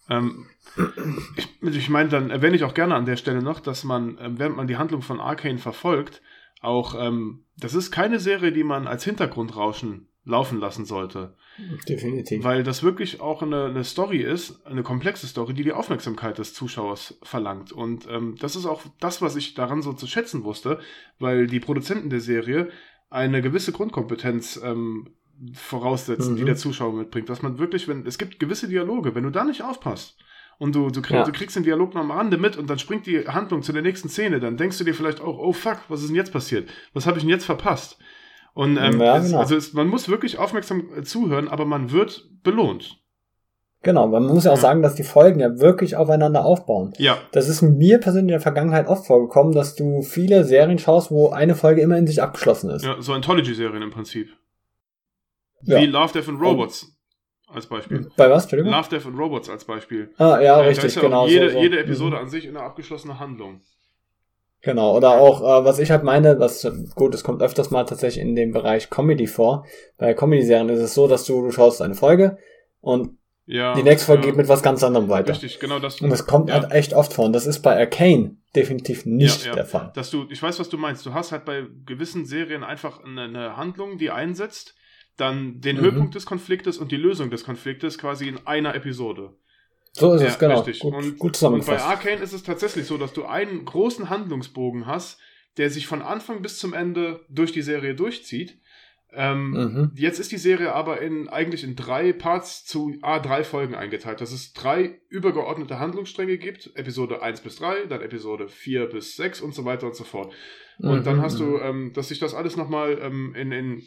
S1: Ich meine, dann erwähne ich auch gerne an der Stelle noch, dass man, während man die Handlung von Arcane verfolgt, auch, das ist keine Serie, die man als Hintergrundrauschen laufen lassen sollte.
S2: Definitiv.
S1: Weil das wirklich auch eine Story ist, eine komplexe Story, die Aufmerksamkeit des Zuschauers verlangt. Und das ist auch das, was ich daran so zu schätzen wusste, weil die Produzenten der Serie eine gewisse Grundkompetenz voraussetzen, die der Zuschauer mitbringt. Dass man wirklich, es gibt gewisse Dialoge, wenn du da nicht aufpasst und du kriegst den Dialog noch am Rande mit und dann springt die Handlung zu der nächsten Szene, dann denkst du dir vielleicht auch, oh fuck, was ist denn jetzt passiert? Was habe ich denn jetzt verpasst? Und man muss wirklich aufmerksam zuhören, aber man wird belohnt.
S2: Genau, man muss ja auch sagen, dass die Folgen ja wirklich aufeinander aufbauen. Ja. Das ist mir persönlich in der Vergangenheit oft vorgekommen, dass du viele Serien schaust, wo eine Folge immer in sich abgeschlossen ist.
S1: Ja, so Anthology-Serien im Prinzip. Wie Love, Death and Robots als Beispiel.
S2: Bei was, Entschuldigung?
S1: Love, Death and Robots als Beispiel.
S2: Richtig,
S1: da ist ja
S2: genau.
S1: Jede Episode an sich eine abgeschlossene Handlung.
S2: Genau, oder auch, was ich halt meine, es kommt öfters mal tatsächlich in dem Bereich Comedy vor. Bei Comedy-Serien ist es so, dass du schaust eine Folge und die nächste Folge geht mit was ganz anderem weiter.
S1: Richtig, genau das.
S2: Und das kommt halt echt oft vor. Und das ist bei Arcane definitiv nicht der Fall.
S1: Ich weiß, was du meinst. Du hast halt bei gewissen Serien einfach eine Handlung, die einsetzt, dann den Höhepunkt des Konfliktes und die Lösung des Konfliktes quasi in einer Episode.
S2: So ist es, genau.
S1: Richtig.
S2: Gut zusammengefasst.
S1: Und bei Arcane ist es tatsächlich so, dass du einen großen Handlungsbogen hast, der sich von Anfang bis zum Ende durch die Serie durchzieht. Jetzt ist die Serie aber eigentlich in 3 Parts zu 3 Folgen eingeteilt, dass es 3 übergeordnete Handlungsstränge gibt, Episode 1 bis 3, dann Episode 4 bis 6 und so weiter und so fort. Und dann hast du, dass sich das alles nochmal in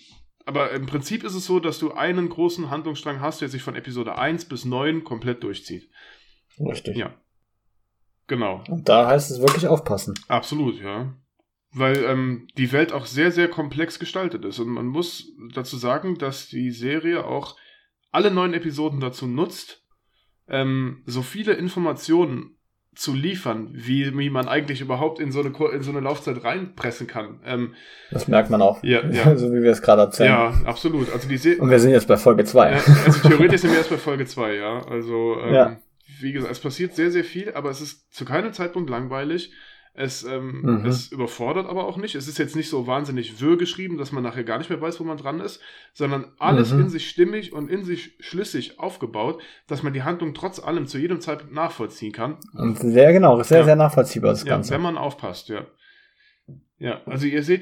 S1: aber im Prinzip ist es so, dass du einen großen Handlungsstrang hast, der sich von Episode 1 bis 9 komplett durchzieht.
S2: Richtig.
S1: Ja. Genau.
S2: Und da heißt es wirklich aufpassen.
S1: Absolut, ja. Weil die Welt auch sehr, sehr komplex gestaltet ist. Und man muss dazu sagen, dass die Serie auch alle 9 Episoden dazu nutzt, so viele Informationen zu liefern, wie man eigentlich überhaupt in so eine Laufzeit reinpressen kann.
S2: Das merkt man auch.
S1: Ja, ja.
S2: So wie wir es gerade erzählen.
S1: Ja, absolut. Also
S2: und wir sind jetzt bei Folge 2.
S1: Also theoretisch sind wir erst bei Folge 2, ja. Also, wie gesagt, es passiert sehr, sehr viel, aber es ist zu keinem Zeitpunkt langweilig. Es überfordert aber auch nicht. Es ist jetzt nicht so wahnsinnig wirr geschrieben, dass man nachher gar nicht mehr weiß, wo man dran ist, sondern alles in sich stimmig und in sich schlüssig aufgebaut, dass man die Handlung trotz allem zu jedem Zeitpunkt nachvollziehen kann.
S2: Und sehr nachvollziehbar das Ganze.
S1: Wenn man aufpasst, ja. Ja, also ihr seht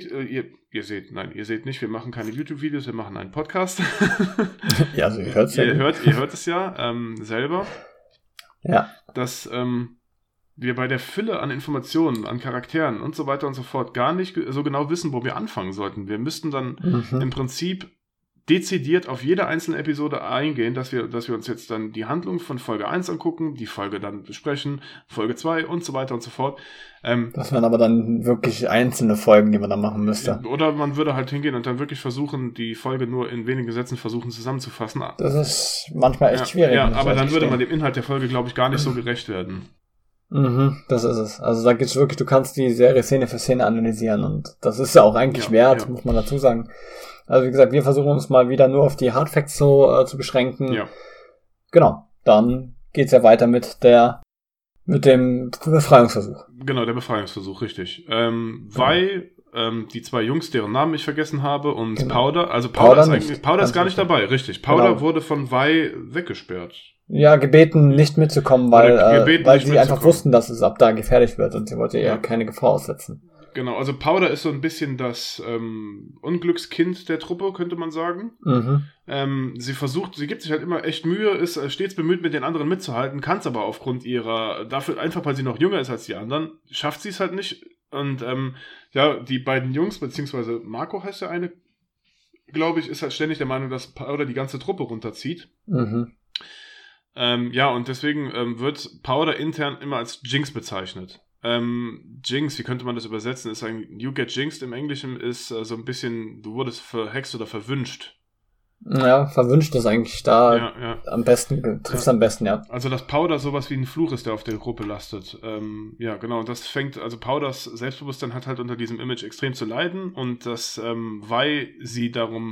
S1: nicht, wir machen keine YouTube-Videos, wir machen einen Podcast.
S2: Ja, also ihr hört es ja.
S1: Ihr hört es ja selber.
S2: Ja.
S1: Dass wir bei der Fülle an Informationen, an Charakteren und so weiter und so fort gar nicht so genau wissen, wo wir anfangen sollten. Wir müssten dann im Prinzip dezidiert auf jede einzelne Episode eingehen, dass wir uns jetzt dann die Handlung von Folge 1 angucken, die Folge dann besprechen, Folge 2 und so weiter und so fort.
S2: Das wären aber dann wirklich einzelne Folgen, die man dann machen müsste.
S1: Oder man würde halt hingehen und dann wirklich versuchen, die Folge nur in wenigen Sätzen zusammenzufassen.
S2: Das ist manchmal echt schwierig.
S1: Ja, aber dann würde man dem Inhalt der Folge, glaube ich, gar nicht so gerecht werden.
S2: Das ist es. Also da geht's wirklich, du kannst die Serie Szene für Szene analysieren und das ist ja auch eigentlich wert, muss man dazu sagen. Also wie gesagt, wir versuchen uns mal wieder nur auf die Hardfacts zu beschränken. Ja. Genau, dann geht's ja weiter mit dem Befreiungsversuch.
S1: Genau, der Befreiungsversuch, richtig. Weil die 2 Jungs, deren Namen ich vergessen habe, und Powder, also Powder ist gar nicht dabei, richtig. Powder wurde von Vi weggesperrt.
S2: Ja, gebeten, nicht mitzukommen, weil sie einfach wussten, dass es ab da gefährlich wird und sie wollte eher keine Gefahr aussetzen.
S1: Genau, also Powder ist so ein bisschen das Unglückskind der Truppe, könnte man sagen. Sie gibt sich halt immer echt Mühe, ist stets bemüht, mit den anderen mitzuhalten, kann es aber aufgrund dafür einfach, weil sie noch jünger ist als die anderen, schafft sie es halt nicht. Und die beiden Jungs, beziehungsweise Marco heißt der eine, glaube ich, ist halt ständig der Meinung, dass Powder die ganze Truppe runterzieht. Und deswegen wird Powder intern immer als Jinx bezeichnet. Jinx, wie könnte man das übersetzen? Ist ein You get jinxed im Englischen, ist so ein bisschen, du wurdest verhext oder verwünscht.
S2: Ja, verwünscht ist eigentlich da am besten, trifft am besten, ja.
S1: Also, dass Powder sowas wie ein Fluch ist, der auf der Gruppe lastet. Genau, und das also Powders Selbstbewusstsein hat halt unter diesem Image extrem zu leiden und dass weil sie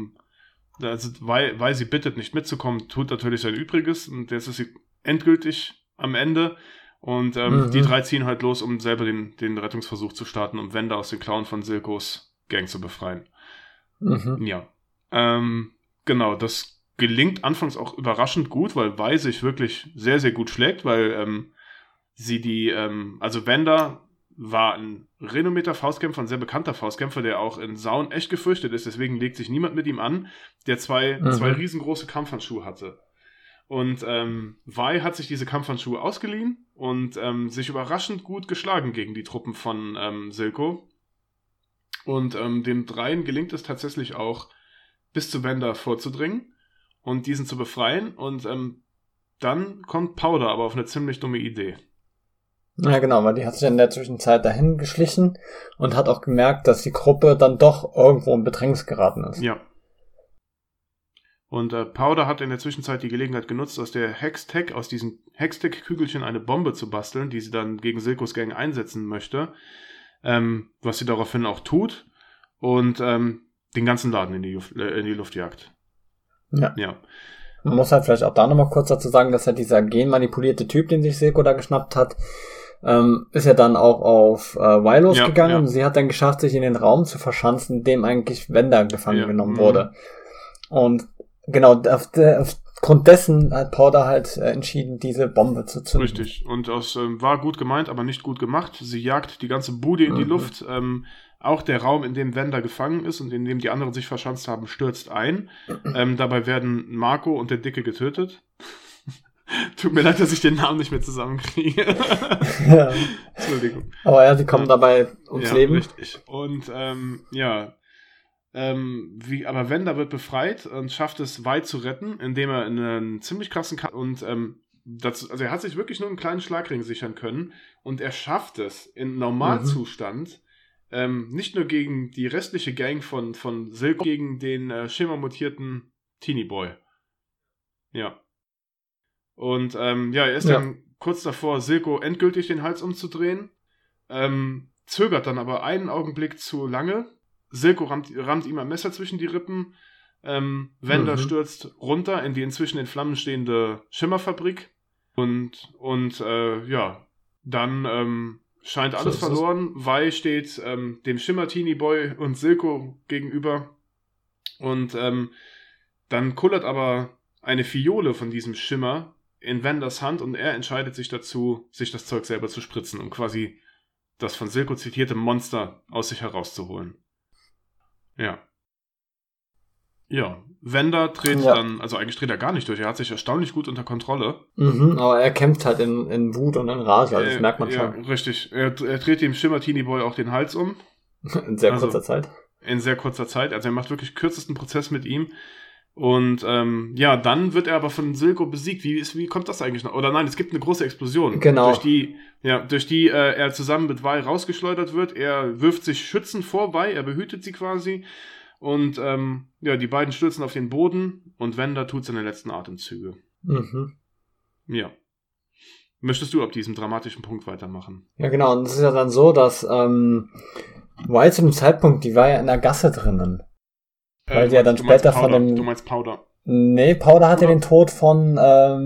S1: bittet, nicht mitzukommen, tut natürlich sein Übriges und jetzt ist sie endgültig am Ende und die 3 ziehen halt los, um selber den Rettungsversuch zu starten, um Wanda aus den Klauen von Silkos Gang zu befreien. Ja. Genau, das gelingt anfangs auch überraschend gut, weil Vi sich wirklich sehr, sehr gut schlägt, weil also Wanda war ein renommierter Faustkämpfer, ein sehr bekannter Faustkämpfer, der auch in Sauen echt gefürchtet ist, deswegen legt sich niemand mit ihm an, der zwei riesengroße Kampfhandschuhe hatte. Und Vi hat sich diese Kampfhandschuhe ausgeliehen und sich überraschend gut geschlagen gegen die Truppen von Silco. Und den 3 gelingt es tatsächlich auch, bis zu Wanda vorzudringen und diesen zu befreien. Und dann kommt Powder aber auf eine ziemlich dumme Idee.
S2: Ja, genau, weil die hat sich in der Zwischenzeit dahin geschlichen und hat auch gemerkt, dass die Gruppe dann doch irgendwo in Bedrängnis geraten ist.
S1: Ja. Und Powder hat in der Zwischenzeit die Gelegenheit genutzt, aus diesen Hextech-Kügelchen eine Bombe zu basteln, die sie dann gegen Silkos Gang einsetzen möchte, was sie daraufhin auch tut und den ganzen Laden in die Luft jagt. Ja.
S2: Man muss halt vielleicht auch da nochmal kurz dazu sagen, dass ja dieser genmanipulierte Typ, den sich Silco da geschnappt hat, ist ja dann auch auf Vi losgegangen und sie hat dann geschafft, sich in den Raum zu verschanzen, in dem eigentlich Wanda gefangen genommen wurde. Und genau, aufgrund dessen hat Powder halt entschieden, diese Bombe zu zünden.
S1: Richtig, und das war gut gemeint, aber nicht gut gemacht. Sie jagt die ganze Bude in die Luft. Auch der Raum, in dem Wanda gefangen ist und in dem die anderen sich verschanzt haben, stürzt ein. Dabei werden Marco und der Dicke getötet. Tut mir leid, dass ich den Namen nicht mehr zusammenkriege.
S2: Ja. Entschuldigung. Aber ja, sie kommen dabei ums Leben.
S1: Richtig. Und aber Wenda wird befreit und schafft es, Vi zu retten, indem er in einen ziemlich krassen also er hat sich wirklich nur einen kleinen Schlagring sichern können und er schafft es in Normalzustand, nicht nur gegen die restliche Gang von Silco, gegen den schimmermutierten Teenie Boy. Ja. Und er ist dann kurz davor, Silco endgültig den Hals umzudrehen, zögert dann aber einen Augenblick zu lange. Silco rammt ihm ein Messer zwischen die Rippen. Wenda stürzt runter in die inzwischen in Flammen stehende Schimmerfabrik. Dann scheint alles verloren. Vi steht dem Schimmer-Teenie-Boy und Silco gegenüber. Und dann kullert aber eine Fiole von diesem Schimmer in Wendas Hand und er entscheidet sich dazu, sich das Zeug selber zu spritzen, um quasi das von Silco zitierte Monster aus sich herauszuholen. Ja. Ja, Wenda dreht dann, also eigentlich dreht er gar nicht durch, er hat sich erstaunlich gut unter Kontrolle.
S2: Aber er kämpft halt in Wut und in Rage, also das merkt man schon.
S1: Ja, richtig. Er dreht dem Schimmer-Teenie-Boy auch den Hals um.
S2: In sehr kurzer Zeit.
S1: In sehr kurzer Zeit, also er macht wirklich kürzesten Prozess mit ihm. Und dann wird er aber von Silco besiegt. Wie kommt das eigentlich noch? Oder nein, es gibt eine große Explosion.
S2: Genau.
S1: Durch die er zusammen mit Vi rausgeschleudert wird. Er wirft sich schützend vor Vi, er behütet sie quasi. Und die beiden stürzen auf den Boden und Wenda tut seine letzten Atemzüge. Ja. Möchtest du ab diesem dramatischen Punkt weitermachen?
S2: Ja, genau. Und es ist ja dann so, dass Vi zu dem Zeitpunkt, die war ja in der Gasse drinnen. Weil die ja dann später von dem...
S1: Du meinst Powder?
S2: Nee, Powder hat ja den Tod von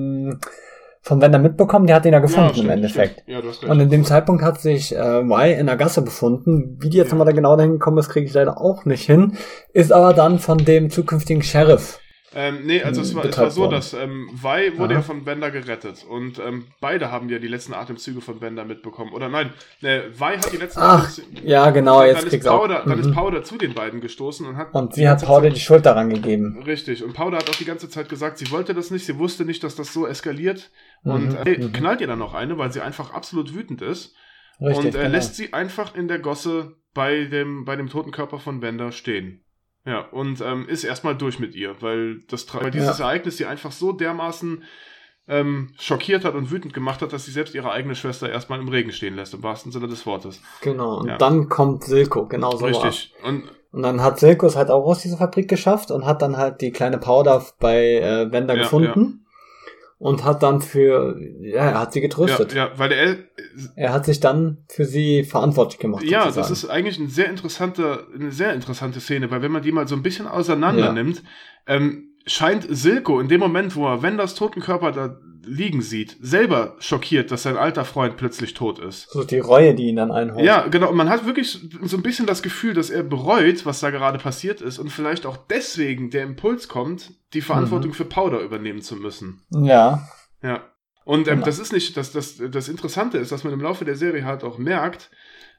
S2: Wenda mitbekommen, die hat ihn ja gefunden im Endeffekt.
S1: Ja, du hast recht.
S2: Und in dem Zeitpunkt hat sich Vi in der Gasse befunden. Wie die jetzt nochmal da genau dahin gekommen ist, kriege ich leider auch nicht hin. Ist aber dann von dem zukünftigen Sheriff.
S1: Es war so, dass Vi wurde ja von Wenda gerettet und beide haben ja die letzten Atemzüge von Wenda mitbekommen. Oder nein, Vi hat die letzten Atemzüge.
S2: Ja, genau, jetzt kriegst du auch.
S1: Dann ist Powder zu den beiden gestoßen und
S2: sie hat Powder die Schuld daran gegeben.
S1: Richtig, und Powder hat auch die ganze Zeit gesagt, sie wollte das nicht, sie wusste nicht, dass das so eskaliert und knallt ihr dann noch eine, weil sie einfach absolut wütend ist. Richtig, und lässt sie einfach in der Gosse bei dem toten Körper von Wenda stehen. Ja, und ist erstmal durch mit ihr, weil dieses Ereignis sie einfach so dermaßen schockiert hat und wütend gemacht hat, dass sie selbst ihre eigene Schwester erstmal im Regen stehen lässt, im wahrsten Sinne des Wortes.
S2: Genau, und dann kommt Silco, genau so.
S1: Richtig.
S2: Und dann hat Silco es halt auch aus dieser Fabrik geschafft und hat dann halt die kleine Powder bei Wenda gefunden. Und hat dann er hat sie getröstet.
S1: Ja, weil
S2: er hat sich dann für sie verantwortlich gemacht.
S1: Ja, sozusagen. Das ist eigentlich eine sehr interessante Szene, weil wenn man die mal so ein bisschen auseinander nimmt, scheint Silco in dem Moment, wo er Wendas toten Körper da liegen sieht, selber schockiert, dass sein alter Freund plötzlich tot ist.
S2: So die Reue, die ihn dann einholt.
S1: Ja, genau. Und man hat wirklich so ein bisschen das Gefühl, dass er bereut, was da gerade passiert ist und vielleicht auch deswegen der Impuls kommt, die Verantwortung für Powder übernehmen zu müssen.
S2: Ja.
S1: Ja. Und das ist nicht, das Interessante ist, dass man im Laufe der Serie halt auch merkt,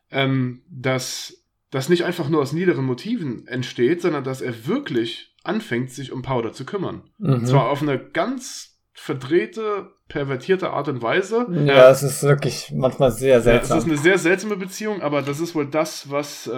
S1: dass das nicht einfach nur aus niederen Motiven entsteht, sondern dass er wirklich anfängt, sich um Powder zu kümmern. Zwar auf eine ganz verdrehte, pervertierte Art und Weise.
S2: Ja, es ist wirklich manchmal sehr seltsam.
S1: Es ist eine sehr seltsame Beziehung, aber das ist wohl das, was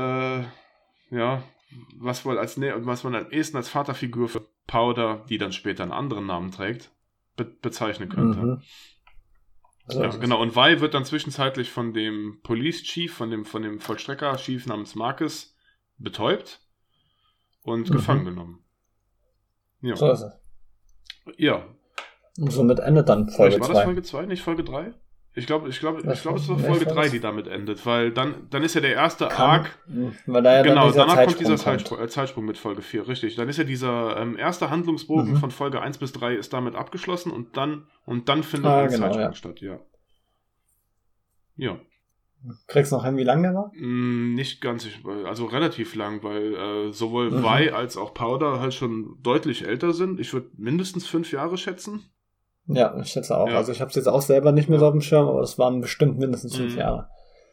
S1: man am ehesten als Vaterfigur für Powder, die dann später einen anderen Namen trägt, bezeichnen könnte. Ja, genau. Und Vi wird dann zwischenzeitlich von dem Police Chief, von dem Vollstrecker-Chief namens Marcus betäubt und gefangen genommen. Ja.
S2: So ist es.
S1: Ja.
S2: Und somit endet dann Folge 2.
S1: War das Folge 2, nicht Folge 3? Ich glaube, es war Folge 3, die damit endet, weil dann ist ja der erste Arc.
S2: Weil da
S1: genau, danach kommt dieser Zeitsprung mit Folge 4, richtig. Dann ist ja dieser erste Handlungsbogen von Folge 1 bis 3 ist damit abgeschlossen und dann findet ein Zeitsprung statt, ja. Ja.
S2: Kriegst du noch hin, wie lang der war?
S1: Nicht ganz, also relativ lang, weil sowohl Vi als auch Powder halt schon deutlich älter sind. Ich würde mindestens 5 Jahre schätzen.
S2: Ja, ich schätze auch. Ja. Also ich habe es jetzt auch selber nicht mehr so auf dem Schirm, aber es waren bestimmt mindestens 5 Jahre.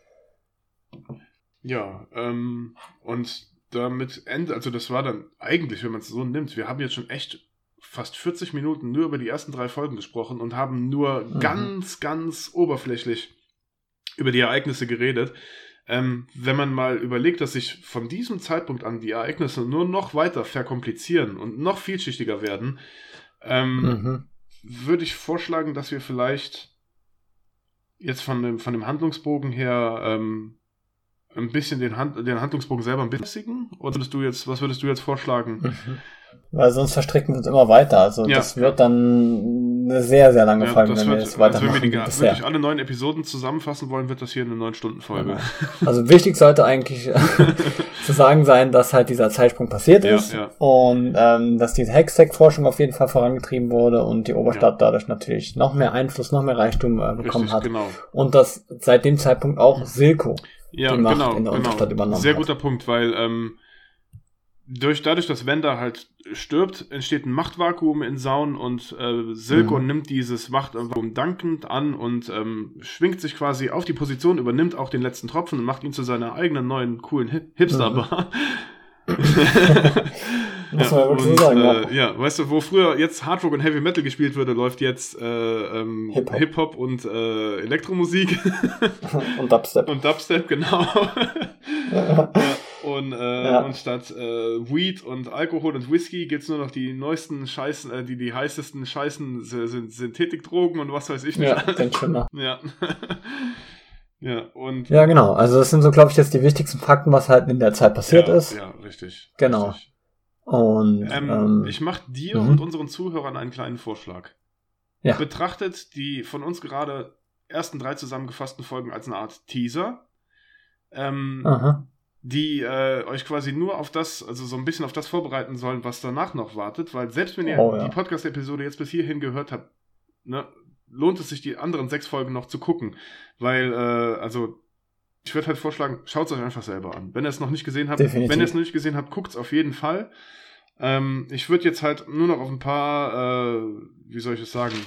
S1: Ja, und damit endet, also das war dann eigentlich, wenn man es so nimmt, wir haben jetzt schon echt fast 40 Minuten nur über die ersten 3 Folgen gesprochen und haben nur ganz, ganz oberflächlich über die Ereignisse geredet. wenn man mal überlegt, dass sich von diesem Zeitpunkt an die Ereignisse nur noch weiter verkomplizieren und noch vielschichtiger werden, würde ich vorschlagen, dass wir vielleicht jetzt von dem Handlungsbogen her ein bisschen den Handlungsbogen selber ein bisschen, oder was würdest du jetzt vorschlagen?
S2: Weil sonst verstricken wir uns immer weiter. Also das wird dann eine sehr, sehr lange Folge, wenn wir jetzt weitermachen.
S1: Also wenn wir wirklich alle 9 Episoden zusammenfassen wollen, wird das hier eine 9-Stunden-Folge.
S2: Ja. Also wichtig sollte eigentlich zu sagen sein, dass halt dieser Zeitsprung passiert ist und dass diese Hextech-Forschung auf jeden Fall vorangetrieben wurde und die Oberstadt dadurch natürlich noch mehr Einfluss, noch mehr Reichtum bekommen hat.
S1: Genau.
S2: Und dass seit dem Zeitpunkt auch Silco die Macht in der Unterstadt übernommen hat.
S1: Sehr guter Punkt, weil dadurch, dass Wanda halt stirbt, entsteht ein Machtvakuum in Zaun und Silco nimmt dieses Machtvakuum dankend an und schwingt sich quasi auf die Position, übernimmt auch den letzten Tropfen und macht ihn zu seiner eigenen neuen, coolen Hipster-Bar.
S2: Muss man wirklich so sagen.
S1: Weißt du, wo früher jetzt Hardrock und Heavy Metal gespielt wurde, läuft jetzt Hip-Hop und Elektromusik.
S2: Und Dubstep.
S1: Und Dubstep, genau. Und statt Weed und Alkohol und Whisky gibt's nur noch die neuesten Scheißen, die heißesten Scheißen Synthetikdrogen und was weiß ich nicht.
S2: Ja, den schon mal.
S1: Ja.
S2: Ja, genau. Also das sind so, glaube ich, jetzt die wichtigsten Fakten, was halt in der Zeit passiert ist.
S1: Ja, richtig.
S2: Genau.
S1: Richtig.
S2: Und
S1: ich mache dir und unseren Zuhörern einen kleinen Vorschlag.
S2: Ja.
S1: Betrachtet die von uns gerade ersten 3 zusammengefassten Folgen als eine Art Teaser, die euch quasi nur auf das, also so ein bisschen auf das vorbereiten sollen, was danach noch wartet, weil selbst wenn ihr die Podcast-Episode jetzt bis hierhin gehört habt, ne, lohnt es sich, die anderen 6 Folgen noch zu gucken, weil, ich würde halt vorschlagen, schaut es euch einfach selber an. Wenn ihr es noch nicht gesehen habt, guckt es auf jeden Fall. Ich würde jetzt halt nur noch auf ein paar, wie soll ich es sagen,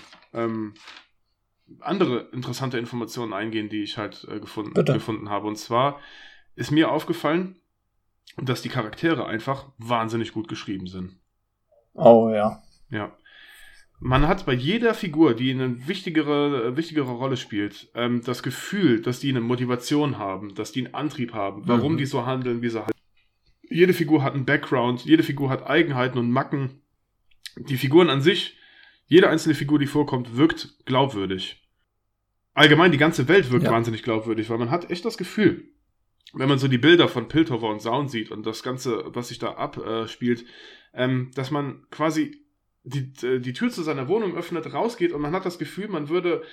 S1: andere interessante Informationen eingehen, die ich halt gefunden habe. Und zwar ist mir aufgefallen, dass die Charaktere einfach wahnsinnig gut geschrieben sind.
S2: Oh ja.
S1: Ja. Man hat bei jeder Figur, die eine wichtigere Rolle spielt, das Gefühl, dass die eine Motivation haben, dass die einen Antrieb haben, warum die so handeln, wie sie handeln. Jede Figur hat einen Background, jede Figur hat Eigenheiten und Macken. Die Figuren an sich, jede einzelne Figur, die vorkommt, wirkt glaubwürdig. Allgemein, die ganze Welt wirkt wahnsinnig glaubwürdig, weil man hat echt das Gefühl, wenn man so die Bilder von Piltover und Zaun sieht und das Ganze, was sich da abspielt, dass man quasi die Tür zu seiner Wohnung öffnet, rausgeht und man hat das Gefühl, man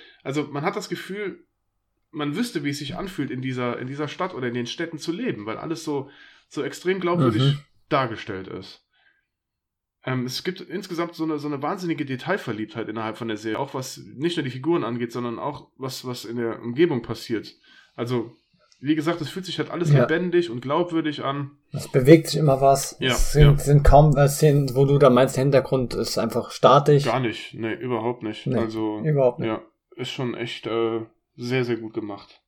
S1: wüsste, wie es sich anfühlt, in dieser Stadt oder in den Städten zu leben, weil alles so extrem glaubwürdig dargestellt ist. Es gibt insgesamt so eine wahnsinnige Detailverliebtheit innerhalb von der Serie, auch was nicht nur die Figuren angeht, sondern auch was in der Umgebung passiert. Also, wie gesagt, es fühlt sich halt alles lebendig und glaubwürdig an.
S2: Es bewegt sich immer was.
S1: Ja,
S2: es sind kaum Szenen, wo du da meinst, der Hintergrund ist einfach statisch.
S1: Gar nicht. Nee, überhaupt nicht.
S2: Nee,
S1: also,
S2: überhaupt nicht.
S1: Ja, ist schon echt sehr, sehr gut gemacht.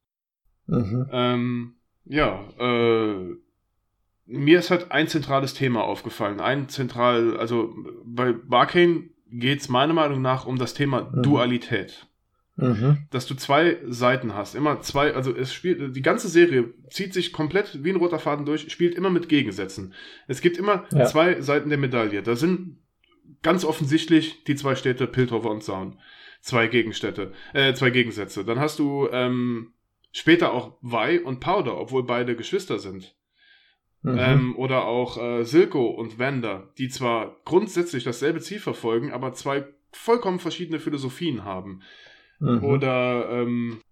S1: Mir ist halt ein zentrales Thema aufgefallen. Also bei Arcane geht es meiner Meinung nach um das Thema Dualität. Dass du 2 Seiten hast, immer 2, also die ganze Serie zieht sich komplett wie ein roter Faden durch, spielt immer mit Gegensätzen. Es gibt immer 2 Seiten der Medaille. Da sind ganz offensichtlich die 2 Städte Piltover und Zaun. 2 Gegensätze. Dann hast du später auch Vi und Powder, obwohl beide Geschwister sind. Oder auch Silco und Wanda, die zwar grundsätzlich dasselbe Ziel verfolgen, aber 2 vollkommen verschiedene Philosophien haben. Oder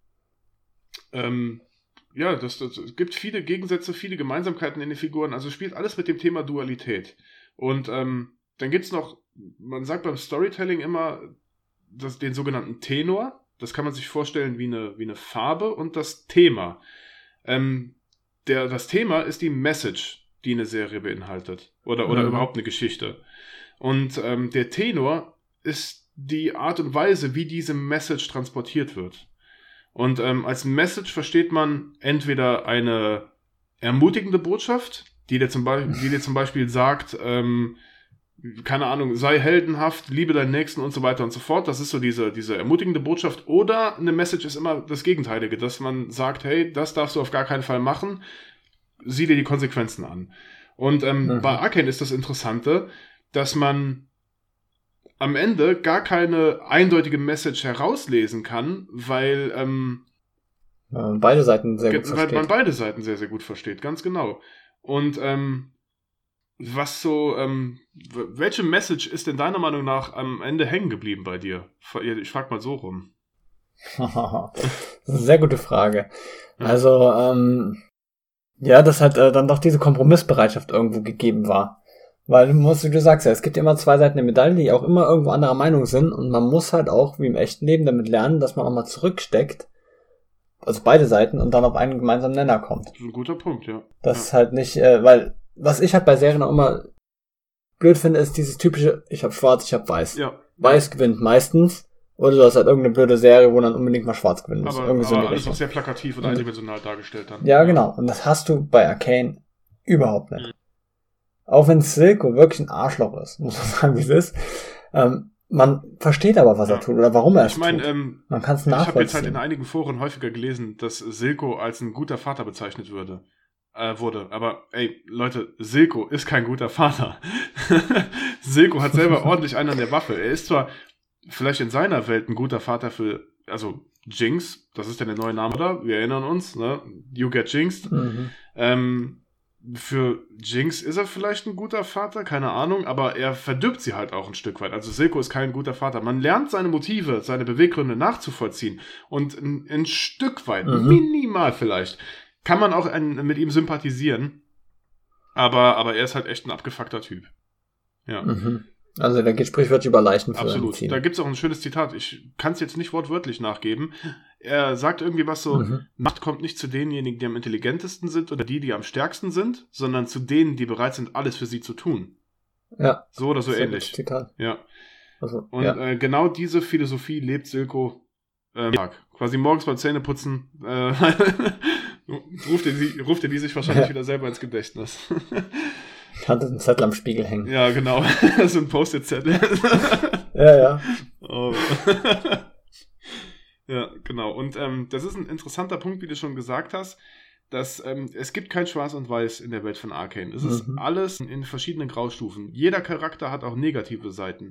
S1: es gibt viele Gegensätze, viele Gemeinsamkeiten in den Figuren, also spielt alles mit dem Thema Dualität. Und dann gibt es noch, man sagt beim Storytelling immer den sogenannten Tenor, das kann man sich vorstellen wie eine Farbe, und das Thema. Das Thema ist die Message, die eine Serie beinhaltet. Oder überhaupt eine Geschichte. Und der Tenor ist die Art und Weise, wie diese Message transportiert wird. Und als Message versteht man entweder eine ermutigende Botschaft, die dir zum Beispiel sagt, keine Ahnung, sei heldenhaft, liebe deinen Nächsten und so weiter und so fort. Das ist so diese ermutigende Botschaft. Oder eine Message ist immer das Gegenteilige, dass man sagt, hey, das darfst du auf gar keinen Fall machen, sieh dir die Konsequenzen an. Und bei Arcane ist das Interessante, dass man am Ende gar keine eindeutige Message herauslesen kann, weil
S2: beide Seiten sehr gut versteht.
S1: Weil man beide Seiten sehr, sehr gut versteht, ganz genau. Und welche Message ist denn deiner Meinung nach am Ende hängen geblieben bei dir? Ich frag mal so rum.
S2: Das ist eine sehr gute Frage. Also, dass halt dann doch diese Kompromissbereitschaft irgendwo gegeben war. Weil du sagst ja, es gibt ja immer zwei Seiten der Medaille, die auch immer irgendwo anderer Meinung sind und man muss halt auch, wie im echten Leben, damit lernen, dass man auch mal zurücksteckt, also beide Seiten, und dann auf einen gemeinsamen Nenner kommt.
S1: Das ist ein guter Punkt, ja.
S2: Das ist halt nicht, weil, was ich halt bei Serien auch immer blöd finde, ist dieses typische, ich hab schwarz, ich hab weiß.
S1: Ja.
S2: Weiß gewinnt meistens, oder du hast halt irgendeine blöde Serie, wo dann unbedingt mal schwarz gewinnen muss.
S1: Aber alles auch sehr plakativ und eindimensional dargestellt dann.
S2: Ja, genau. Und das hast du bei Arcane überhaupt nicht. Auch wenn Silco wirklich ein Arschloch ist, muss man sagen, wie es ist. Man versteht aber, was er tut oder warum er es tut. Man kann es nachvollziehen.
S1: Ich habe jetzt halt in einigen Foren häufiger gelesen, dass Silco als ein guter Vater bezeichnet wurde. Aber ey, Leute, Silco ist kein guter Vater. Silco hat selber ordentlich einen an der Waffe. Er ist zwar vielleicht in seiner Welt ein guter Vater also Jinx, das ist ja der neue Name, oder? Wir erinnern uns, ne? You get Jinxed. Für Jinx ist er vielleicht ein guter Vater, keine Ahnung, aber er verdirbt sie halt auch ein Stück weit. Also Silco ist kein guter Vater. Man lernt seine Motive, seine Beweggründe nachzuvollziehen und ein Stück weit, minimal vielleicht, kann man auch mit ihm sympathisieren, aber er ist halt echt ein abgefuckter Typ. Ja.
S2: Also da geht sprichwörtlich über Leichen für
S1: absolut. Da gibt es auch ein schönes Zitat, ich kann es jetzt nicht wortwörtlich nachgeben. Er sagt irgendwie was so, Macht kommt nicht zu denjenigen, die am intelligentesten sind oder die am stärksten sind, sondern zu denen, die bereit sind, alles für sie zu tun.
S2: Ja.
S1: So oder so ähnlich.
S2: Zitat.
S1: Ja. Also, und genau diese Philosophie lebt Silco Tag. Quasi morgens beim Zähneputzen ruft er die sich wahrscheinlich wieder selber ins Gedächtnis.
S2: Ich hatte einen Zettel am Spiegel hängen.
S1: Ja, genau. So ein Post-it-Zettel.
S2: Ja.
S1: Oh. Ja, genau. Und das ist ein interessanter Punkt, wie du schon gesagt hast, dass es gibt kein Schwarz und Weiß in der Welt von Arcane. Es ist alles in verschiedenen Graustufen. Jeder Charakter hat auch negative Seiten.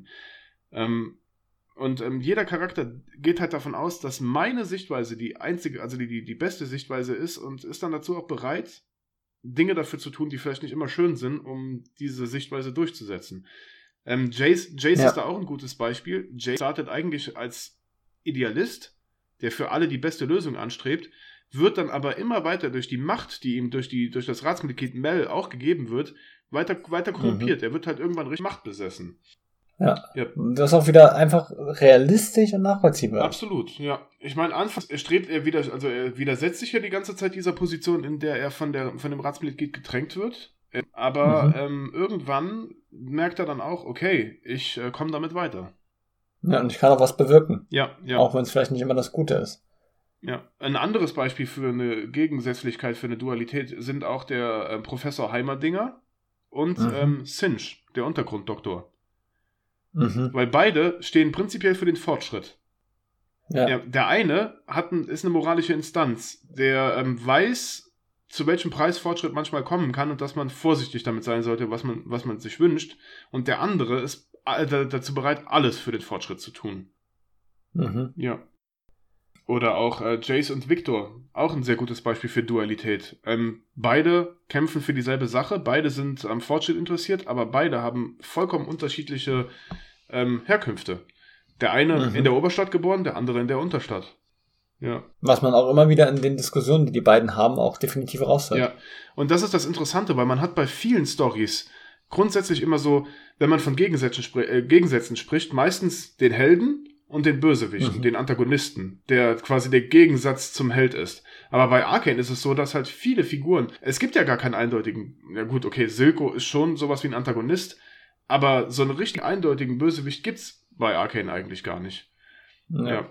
S1: Und jeder Charakter geht halt davon aus, dass meine Sichtweise die einzige, also die beste Sichtweise ist und ist dann dazu auch bereit, Dinge dafür zu tun, die vielleicht nicht immer schön sind, um diese Sichtweise durchzusetzen. Jace ist da auch ein gutes Beispiel. Jace startet eigentlich als Idealist, der für alle die beste Lösung anstrebt, wird dann aber immer weiter durch die Macht, die ihm durch das Ratsmitglied Mel auch gegeben wird, weiter korrumpiert. Er wird halt irgendwann richtig machtbesessen.
S2: Ja. Das ist auch wieder einfach realistisch und nachvollziehbar.
S1: Absolut, ja. Ich meine, anfangs er widersetzt sich ja die ganze Zeit dieser Position, in der er von dem Ratsmitglied gedrängt wird. Aber irgendwann merkt er dann auch, okay, ich komme damit weiter.
S2: Ja, und ich kann auch was bewirken.
S1: Ja.
S2: Auch wenn es vielleicht nicht immer das Gute ist.
S1: Ja. Ein anderes Beispiel für eine Gegensätzlichkeit, für eine Dualität sind auch der Professor Heimerdinger und Sinch, der Untergrunddoktor. Weil beide stehen prinzipiell für den Fortschritt. Ja, der eine ist eine moralische Instanz, der weiß, zu welchem Preis Fortschritt manchmal kommen kann und dass man vorsichtig damit sein sollte, was man sich wünscht. Und der andere ist dazu bereit, alles für den Fortschritt zu tun. Ja. Oder auch Jace und Victor, auch ein sehr gutes Beispiel für Dualität. Beide kämpfen für dieselbe Sache, beide sind am Fortschritt interessiert, aber beide haben vollkommen unterschiedliche Herkünfte. Der eine in der Oberstadt geboren, der andere in der Unterstadt. Ja.
S2: Was man auch immer wieder in den Diskussionen, die beiden haben, auch definitiv raushört.
S1: Ja, und das ist das Interessante, weil man hat bei vielen Storys grundsätzlich immer so, wenn man von Gegensätzen spricht, meistens den Helden und den Bösewichten, den Antagonisten, der quasi der Gegensatz zum Held ist. Aber bei Arcane ist es so, dass halt viele Figuren, es gibt ja gar keinen eindeutigen, ja gut, okay, Silco ist schon sowas wie ein Antagonist, aber so einen richtig eindeutigen Bösewicht gibt's bei Arcane eigentlich gar nicht. Ja.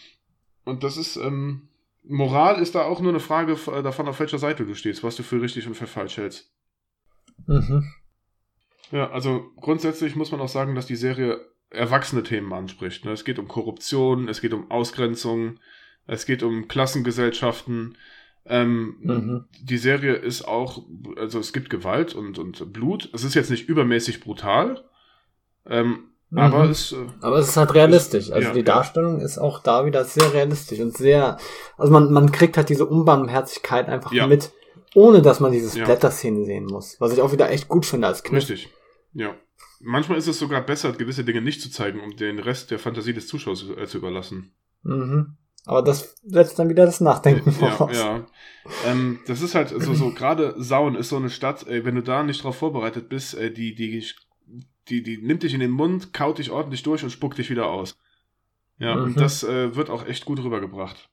S1: Und das ist, Moral ist da auch nur eine Frage davon, auf welcher Seite du stehst, was du für richtig und für falsch hältst. Ja, also grundsätzlich muss man auch sagen, dass die Serie erwachsene Themen anspricht. Ne? Es geht um Korruption, es geht um Ausgrenzung, es geht um Klassengesellschaften. Die Serie ist auch, also es gibt Gewalt und Blut. Es ist jetzt nicht übermäßig brutal, aber es
S2: ist halt realistisch. Also die Darstellung ist auch da wieder sehr realistisch und sehr, also man kriegt halt diese Unbarmherzigkeit einfach mit, ohne dass man diese Splatter-Szene sehen muss. Was ich auch wieder echt gut finde als Kniff.
S1: Richtig, ja. Manchmal ist es sogar besser, gewisse Dinge nicht zu zeigen, um den Rest der Fantasie des Zuschauers zu überlassen.
S2: Aber das setzt dann wieder das Nachdenken voraus.
S1: Ja. Das ist halt so gerade Sauen ist so eine Stadt, wenn du da nicht drauf vorbereitet bist, die nimmt dich in den Mund, kaut dich ordentlich durch und spuckt dich wieder aus. Ja, und das wird auch echt gut rübergebracht.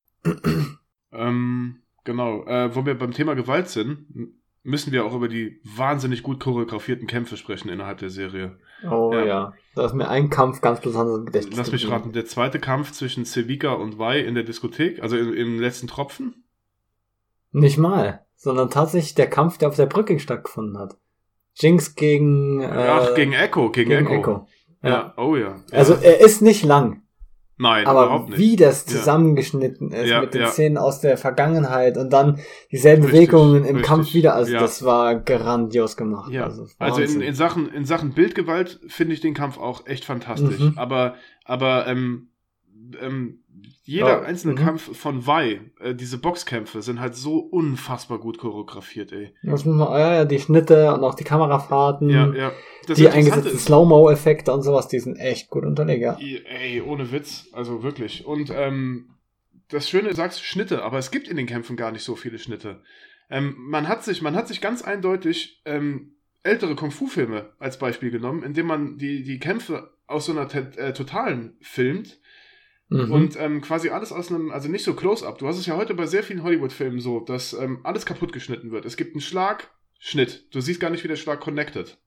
S1: Genau, wo wir beim Thema Gewalt sind, müssen wir auch über die wahnsinnig gut choreografierten Kämpfe sprechen innerhalb der Serie.
S2: Oh ja. Da ist mir ein Kampf ganz besonders im Gedächtnis.
S1: Lass mich raten, der zweite Kampf zwischen Sevika und Wei in der Diskothek, also im letzten Tropfen?
S2: Nicht mal, sondern tatsächlich der Kampf, der auf der Brücke stattgefunden hat. Jinx gegen...
S1: gegen Echo. Gegen Echo.
S2: Ja.
S1: Oh ja.
S2: Also er ist nicht lang.
S1: Nein,
S2: aber
S1: überhaupt nicht.
S2: Wie das zusammengeschnitten ist mit den Szenen aus der Vergangenheit und dann dieselben Bewegungen im Kampf wieder, also das war grandios gemacht.
S1: Ja. Also in Sachen Bildgewalt finde ich den Kampf auch echt fantastisch. Aber jeder einzelne Kampf von Wei, diese Boxkämpfe sind halt so unfassbar gut choreografiert, ey.
S2: Das muss man, die Schnitte und auch die Kamerafahrten.
S1: Ja.
S2: Die eingesetzten Slow-Mo-Effekte und sowas, die sind echt gut unterlegt, ja.
S1: Ey, ohne Witz, also wirklich. Und das Schöne, du sagst Schnitte, aber es gibt in den Kämpfen gar nicht so viele Schnitte. Man hat sich ganz eindeutig ältere Kung-Fu-Filme als Beispiel genommen, indem man die Kämpfe aus so einer Totalen filmt und quasi alles aus einem, also nicht so Close-Up. Du hast es ja heute bei sehr vielen Hollywood-Filmen so, dass alles kaputt geschnitten wird. Es gibt einen Schlag, Schnitt. Du siehst gar nicht, wie der Schlag connected.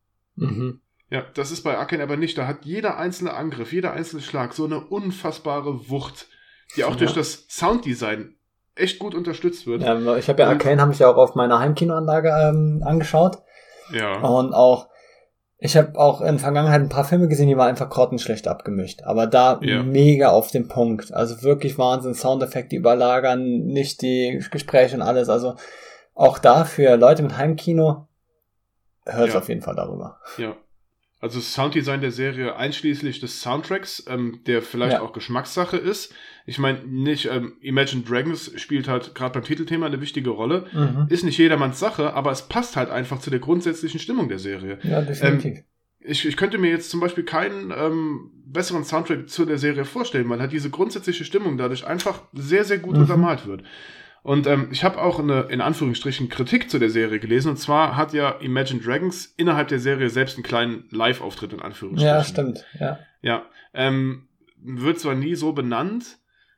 S1: Ja, das ist bei Arcane aber nicht. Da hat jeder einzelne Angriff, jeder einzelne Schlag so eine unfassbare Wucht, die auch durch das Sounddesign echt gut unterstützt wird.
S2: Ja, ich habe Arcane habe ich ja auch auf meiner Heimkinoanlage angeschaut.
S1: Ja.
S2: Und ich habe auch in der Vergangenheit ein paar Filme gesehen, die waren einfach grottenschlecht abgemischt. Aber da mega auf den Punkt. Also wirklich Wahnsinn, Soundeffekte überlagern, nicht die Gespräche und alles. Also auch da für Leute mit Heimkino hört es auf jeden Fall darüber.
S1: Ja. Also das Sounddesign der Serie einschließlich des Soundtracks, der vielleicht auch Geschmackssache ist. Ich meine, nicht Imagine Dragons spielt halt gerade beim Titelthema eine wichtige Rolle. Ist nicht jedermanns Sache, aber es passt halt einfach zu der grundsätzlichen Stimmung der Serie.
S2: Ja, definitiv.
S1: Ich könnte mir jetzt zum Beispiel keinen besseren Soundtrack zu der Serie vorstellen, weil halt diese grundsätzliche Stimmung dadurch einfach sehr, sehr gut untermalt wird. Und ich habe auch eine, in Anführungsstrichen, Kritik zu der Serie gelesen. Und zwar hat ja Imagine Dragons innerhalb der Serie selbst einen kleinen Live-Auftritt, in Anführungsstrichen.
S2: Ja, stimmt.
S1: Ja. Wird zwar nie so benannt.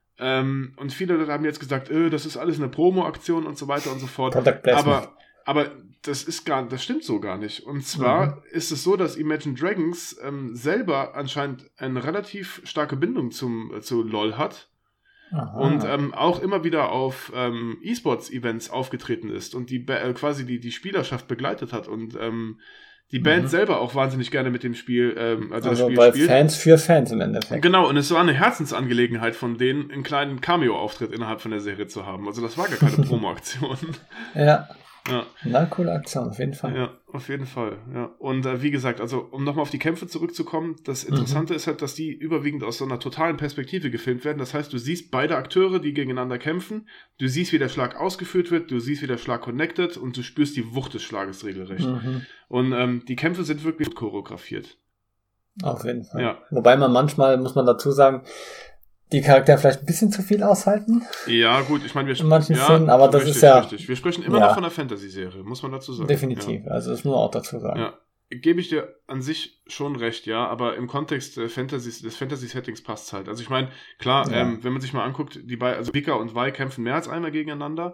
S1: Und viele Leute haben jetzt gesagt, das ist alles eine Promo-Aktion und so weiter und so fort. Aber das stimmt so gar nicht. Und zwar ist es so, dass Imagine Dragons selber anscheinend eine relativ starke Bindung zu LoL hat. Und auch immer wieder auf E-Sports-Events aufgetreten ist und quasi die Spielerschaft begleitet hat und die Band selber auch wahnsinnig gerne mit dem Spiel, das Spiel
S2: weil
S1: spielt.
S2: Fans für Fans im Endeffekt.
S1: Genau, und es war eine Herzensangelegenheit von denen, einen kleinen Cameo-Auftritt innerhalb von der Serie zu haben. Also das war gar keine Promo-Aktion.
S2: Ja. Na, coole Aktion, auf jeden Fall.
S1: Ja, auf jeden Fall. Ja. Und wie gesagt, also um nochmal auf die Kämpfe zurückzukommen, das Interessante ist halt, dass die überwiegend aus so einer totalen Perspektive gefilmt werden. Das heißt, du siehst beide Akteure, die gegeneinander kämpfen, du siehst, wie der Schlag ausgeführt wird, du siehst, wie der Schlag connected und du spürst die Wucht des Schlages regelrecht. Und die Kämpfe sind wirklich gut choreografiert.
S2: Auf jeden Fall.
S1: Ja.
S2: Wobei manchmal, muss man dazu sagen, die Charaktere vielleicht ein bisschen zu viel aushalten.
S1: Ja, gut, ich meine,
S2: in manchen Szenen, aber das ist ja...
S1: Richtig. Wir sprechen immer noch von einer Fantasy-Serie, muss man dazu sagen.
S2: Definitiv, also das muss man auch dazu sagen.
S1: Ja, gebe ich dir an sich schon recht, ja, aber im Kontext des Fantasy-Settings passt es halt. Also ich meine, klar, wenn man sich mal anguckt, also Vika und Wei kämpfen mehr als einmal gegeneinander.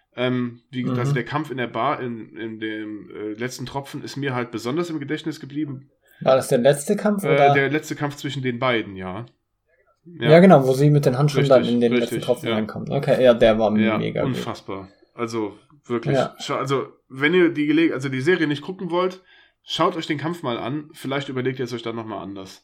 S1: Also der Kampf in der Bar in dem letzten Tropfen ist mir halt besonders im Gedächtnis geblieben.
S2: War das der letzte Kampf? Oder?
S1: Der letzte Kampf zwischen den beiden, ja.
S2: Ja, genau, wo sie mit den Handschuhen dann in den letzten Tropfen reinkommt. Okay, ja, der war mega
S1: unfassbar. Gut. Also wirklich. Ja. Also wenn ihr die Serie nicht gucken wollt, schaut euch den Kampf mal an, vielleicht überlegt ihr es euch dann nochmal anders.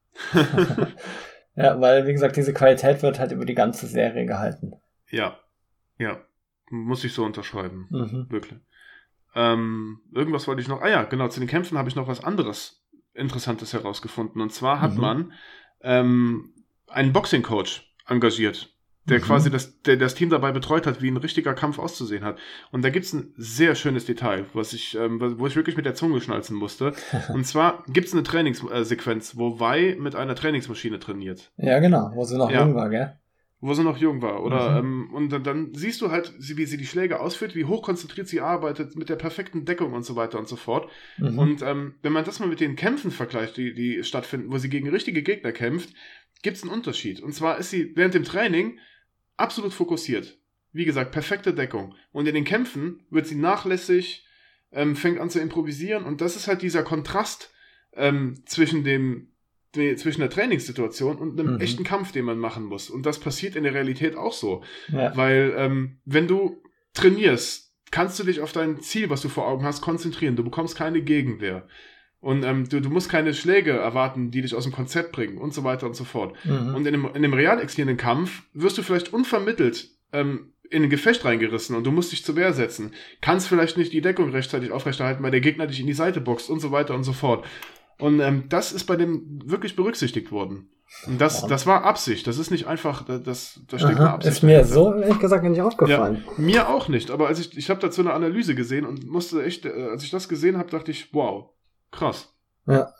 S2: Ja, weil, wie gesagt, diese Qualität wird halt über die ganze Serie gehalten.
S1: Ja, muss ich so unterschreiben, wirklich. Irgendwas wollte ich noch, genau, zu den Kämpfen habe ich noch was anderes Interessantes herausgefunden, und zwar hat man einen Boxing-Coach engagiert, der quasi das Team dabei betreut hat, wie ein richtiger Kampf auszusehen hat. Und da gibt es ein sehr schönes Detail, wo ich wirklich mit der Zunge schnalzen musste. Und zwar gibt es eine Trainingssequenz, wo Wei mit einer Trainingsmaschine trainiert.
S2: Ja, genau, wo sie noch jung war, gell?
S1: Wo sie noch jung war. Oder, und dann siehst du halt, wie sie die Schläge ausführt, wie hochkonzentriert sie arbeitet, mit der perfekten Deckung und so weiter und so fort. Und wenn man das mal mit den Kämpfen vergleicht, die stattfinden, wo sie gegen richtige Gegner kämpft, gibt es einen Unterschied. Und zwar ist sie während dem Training absolut fokussiert. Wie gesagt, perfekte Deckung. Und in den Kämpfen wird sie nachlässig, fängt an zu improvisieren. Und das ist halt dieser Kontrast zwischen der Trainingssituation und einem echten Kampf, den man machen muss. Und das passiert in der Realität auch so. Ja. Weil wenn du trainierst, kannst du dich auf dein Ziel, was du vor Augen hast, konzentrieren. Du bekommst keine Gegenwehr. Und du musst keine Schläge erwarten, die dich aus dem Konzept bringen und so weiter und so fort. Und in einem real existierenden Kampf wirst du vielleicht unvermittelt in ein Gefecht reingerissen und du musst dich zur Wehr setzen. Kannst vielleicht nicht die Deckung rechtzeitig aufrechterhalten, weil der Gegner dich in die Seite boxt und so weiter und so fort. Und das ist bei dem wirklich berücksichtigt worden. Und das war Absicht. Das ist nicht einfach, das steckt eine Absicht.
S2: Ist mir so, ehrlich gesagt, nicht aufgefallen.
S1: Ja, mir auch nicht. Aber ich habe dazu eine Analyse gesehen und musste echt, als ich das gesehen habe, dachte ich, wow. Krass.
S2: Ja.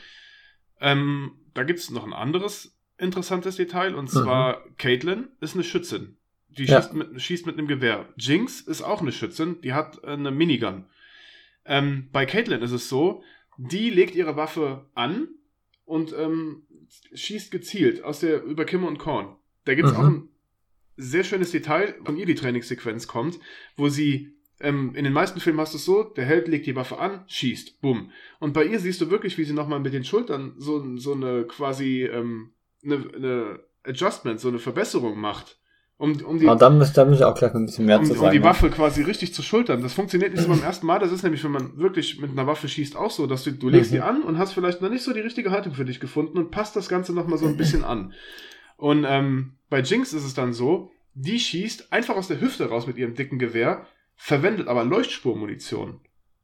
S1: Da gibt es noch ein anderes interessantes Detail, und zwar Caitlyn ist eine Schützin. Die schießt mit einem Gewehr. Jinx ist auch eine Schützin, die hat eine Minigun. Bei Caitlyn ist es so, die legt ihre Waffe an und schießt gezielt über Kimme und Korn. Da gibt es auch ein sehr schönes Detail, von ihr die Trainingssequenz kommt, wo sie in den meisten Filmen hast du es so, der Held legt die Waffe an, schießt, bumm. Und bei ihr siehst du wirklich, wie sie nochmal mit den Schultern so eine quasi eine Adjustment, so eine Verbesserung macht.
S2: Da muss ich auch gleich ein bisschen mehr zu sagen.
S1: Um die Waffe quasi richtig zu schultern. Das funktioniert nicht so beim ersten Mal. Das ist nämlich, wenn man wirklich mit einer Waffe schießt, auch so, dass du legst die an und hast vielleicht noch nicht so die richtige Haltung für dich gefunden und passt das Ganze nochmal so ein bisschen an. Und bei Jinx ist es dann so, die schießt einfach aus der Hüfte raus mit ihrem dicken Gewehr, verwendet aber Leuchtspurmunition.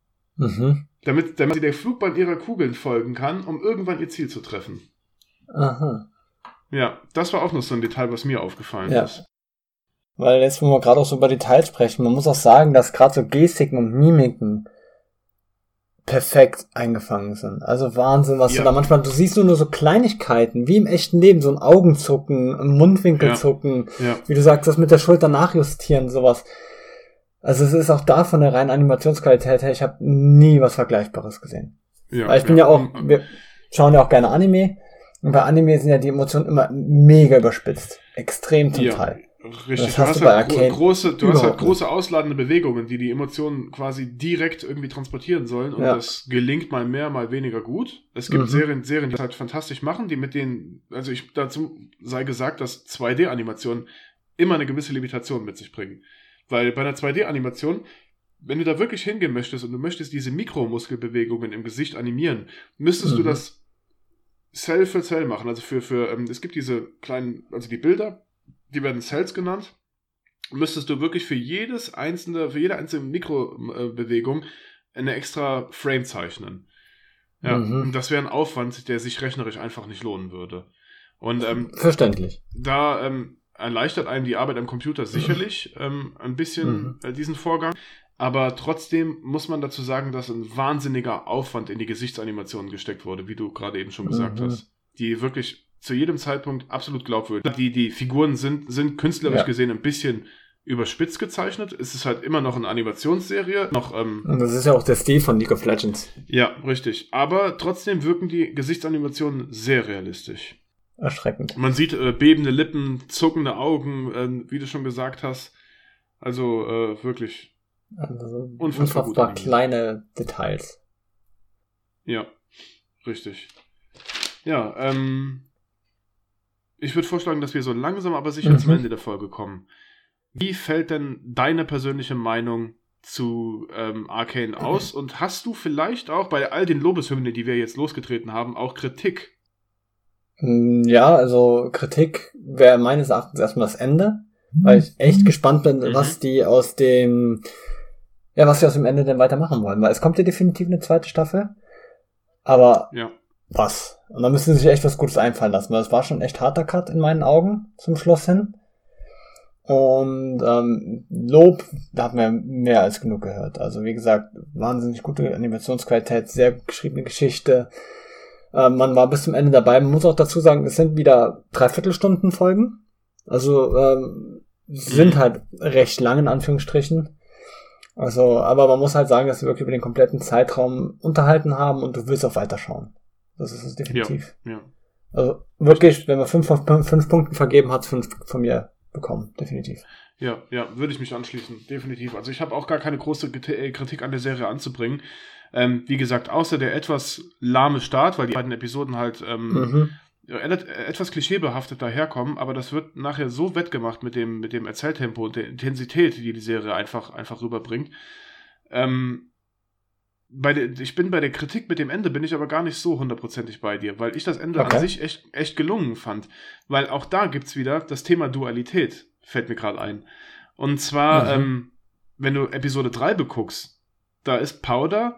S1: Damit sie der Flugbahn ihrer Kugeln folgen kann, um irgendwann ihr Ziel zu treffen.
S2: Aha.
S1: Ja, das war auch noch so ein Detail, was mir aufgefallen ist.
S2: Weil jetzt, wo wir gerade auch so über Details sprechen, man muss auch sagen, dass gerade so Gestiken und Mimiken perfekt eingefangen sind. Also Wahnsinn, was du da manchmal, du siehst nur so Kleinigkeiten, wie im echten Leben, so ein Augenzucken, ein Mundwinkelzucken, wie du sagst, das mit der Schulter nachjustieren, sowas. Also es ist auch da von der reinen Animationsqualität her, ich habe nie was Vergleichbares gesehen. Weil ich bin wir schauen ja auch gerne Anime, und bei Anime sind ja die Emotionen immer mega überspitzt. Extrem zum Teil.
S1: Richtig, du hast halt große ausladende Bewegungen, die Emotionen quasi direkt irgendwie transportieren sollen, und das gelingt mal mehr, mal weniger gut. Es gibt Serien, die das halt fantastisch machen, die mit denen, dazu sei gesagt, dass 2D-Animationen immer eine gewisse Limitation mit sich bringen. Weil bei einer 2D-Animation, wenn du da wirklich hingehen möchtest und du möchtest diese Mikromuskelbewegungen im Gesicht animieren, müsstest du das Cell für Cell machen. Also es gibt diese kleinen, also die Bilder, die werden Cells genannt, müsstest du wirklich für jede einzelne Mikrobewegung eine extra Frame zeichnen. Ja, und das wäre ein Aufwand, der sich rechnerisch einfach nicht lohnen würde. Und
S2: verständlich.
S1: Da erleichtert einem die Arbeit am Computer sicherlich ein bisschen diesen Vorgang, aber trotzdem muss man dazu sagen, dass ein wahnsinniger Aufwand in die Gesichtsanimationen gesteckt wurde, wie du gerade eben schon gesagt hast, die wirklich zu jedem Zeitpunkt absolut glaubwürdig. Die Figuren sind künstlerisch gesehen ein bisschen überspitzt gezeichnet. Es ist halt immer noch eine Animationsserie.
S2: Und das ist ja auch der Stil von League of Legends.
S1: Ja, richtig. Aber trotzdem wirken die Gesichtsanimationen sehr realistisch.
S2: Erschreckend.
S1: Man sieht bebende Lippen, zuckende Augen, wie du schon gesagt hast. Also wirklich
S2: unfassbar kleine Details.
S1: Ja, richtig. Ja, ich würde vorschlagen, dass wir so langsam aber sicher zum Ende der Folge kommen. Wie fällt denn deine persönliche Meinung zu Arcane aus? Und hast du vielleicht auch bei all den Lobeshymnen, die wir jetzt losgetreten haben, auch Kritik?
S2: Ja, also Kritik wäre meines Erachtens erstmal das Ende, weil ich echt gespannt bin, was die aus dem Ende denn weitermachen wollen, weil es kommt ja definitiv eine zweite Staffel, aber was? Und da müssen sie sich echt was Gutes einfallen lassen, weil es war schon ein echt harter Cut in meinen Augen zum Schluss hin. Und Lob, da haben wir mehr als genug gehört. Also wie gesagt, wahnsinnig gute Animationsqualität, sehr gut geschriebene Geschichte. Man war bis zum Ende dabei. Man muss auch dazu sagen, es sind wieder 3/4 Folgen. Also sind halt recht lang in Anführungsstrichen. Also, aber man muss halt sagen, dass wir wirklich über den kompletten Zeitraum unterhalten haben und du willst auch weiterschauen. Das ist es definitiv. Ja. Also wirklich, wenn man 5 von 5 Punkten vergeben hat, 5 von mir bekommen, definitiv.
S1: Ja, würde ich mich anschließen, definitiv. Also ich habe auch gar keine große Kritik an der Serie anzubringen. Wie gesagt, außer der etwas lahme Start, weil die beiden Episoden halt etwas klischeebehaftet daherkommen, aber das wird nachher so wettgemacht mit dem Erzähltempo und der Intensität, die Serie einfach rüberbringt. Ich bin bei der Kritik mit dem Ende, bin ich aber gar nicht so 100%ig bei dir, weil ich das Ende an sich echt gelungen fand. Weil auch da gibt's wieder das Thema Dualität, fällt mir gerade ein. Und zwar, wenn du Episode 3 beguckst, da ist Powder,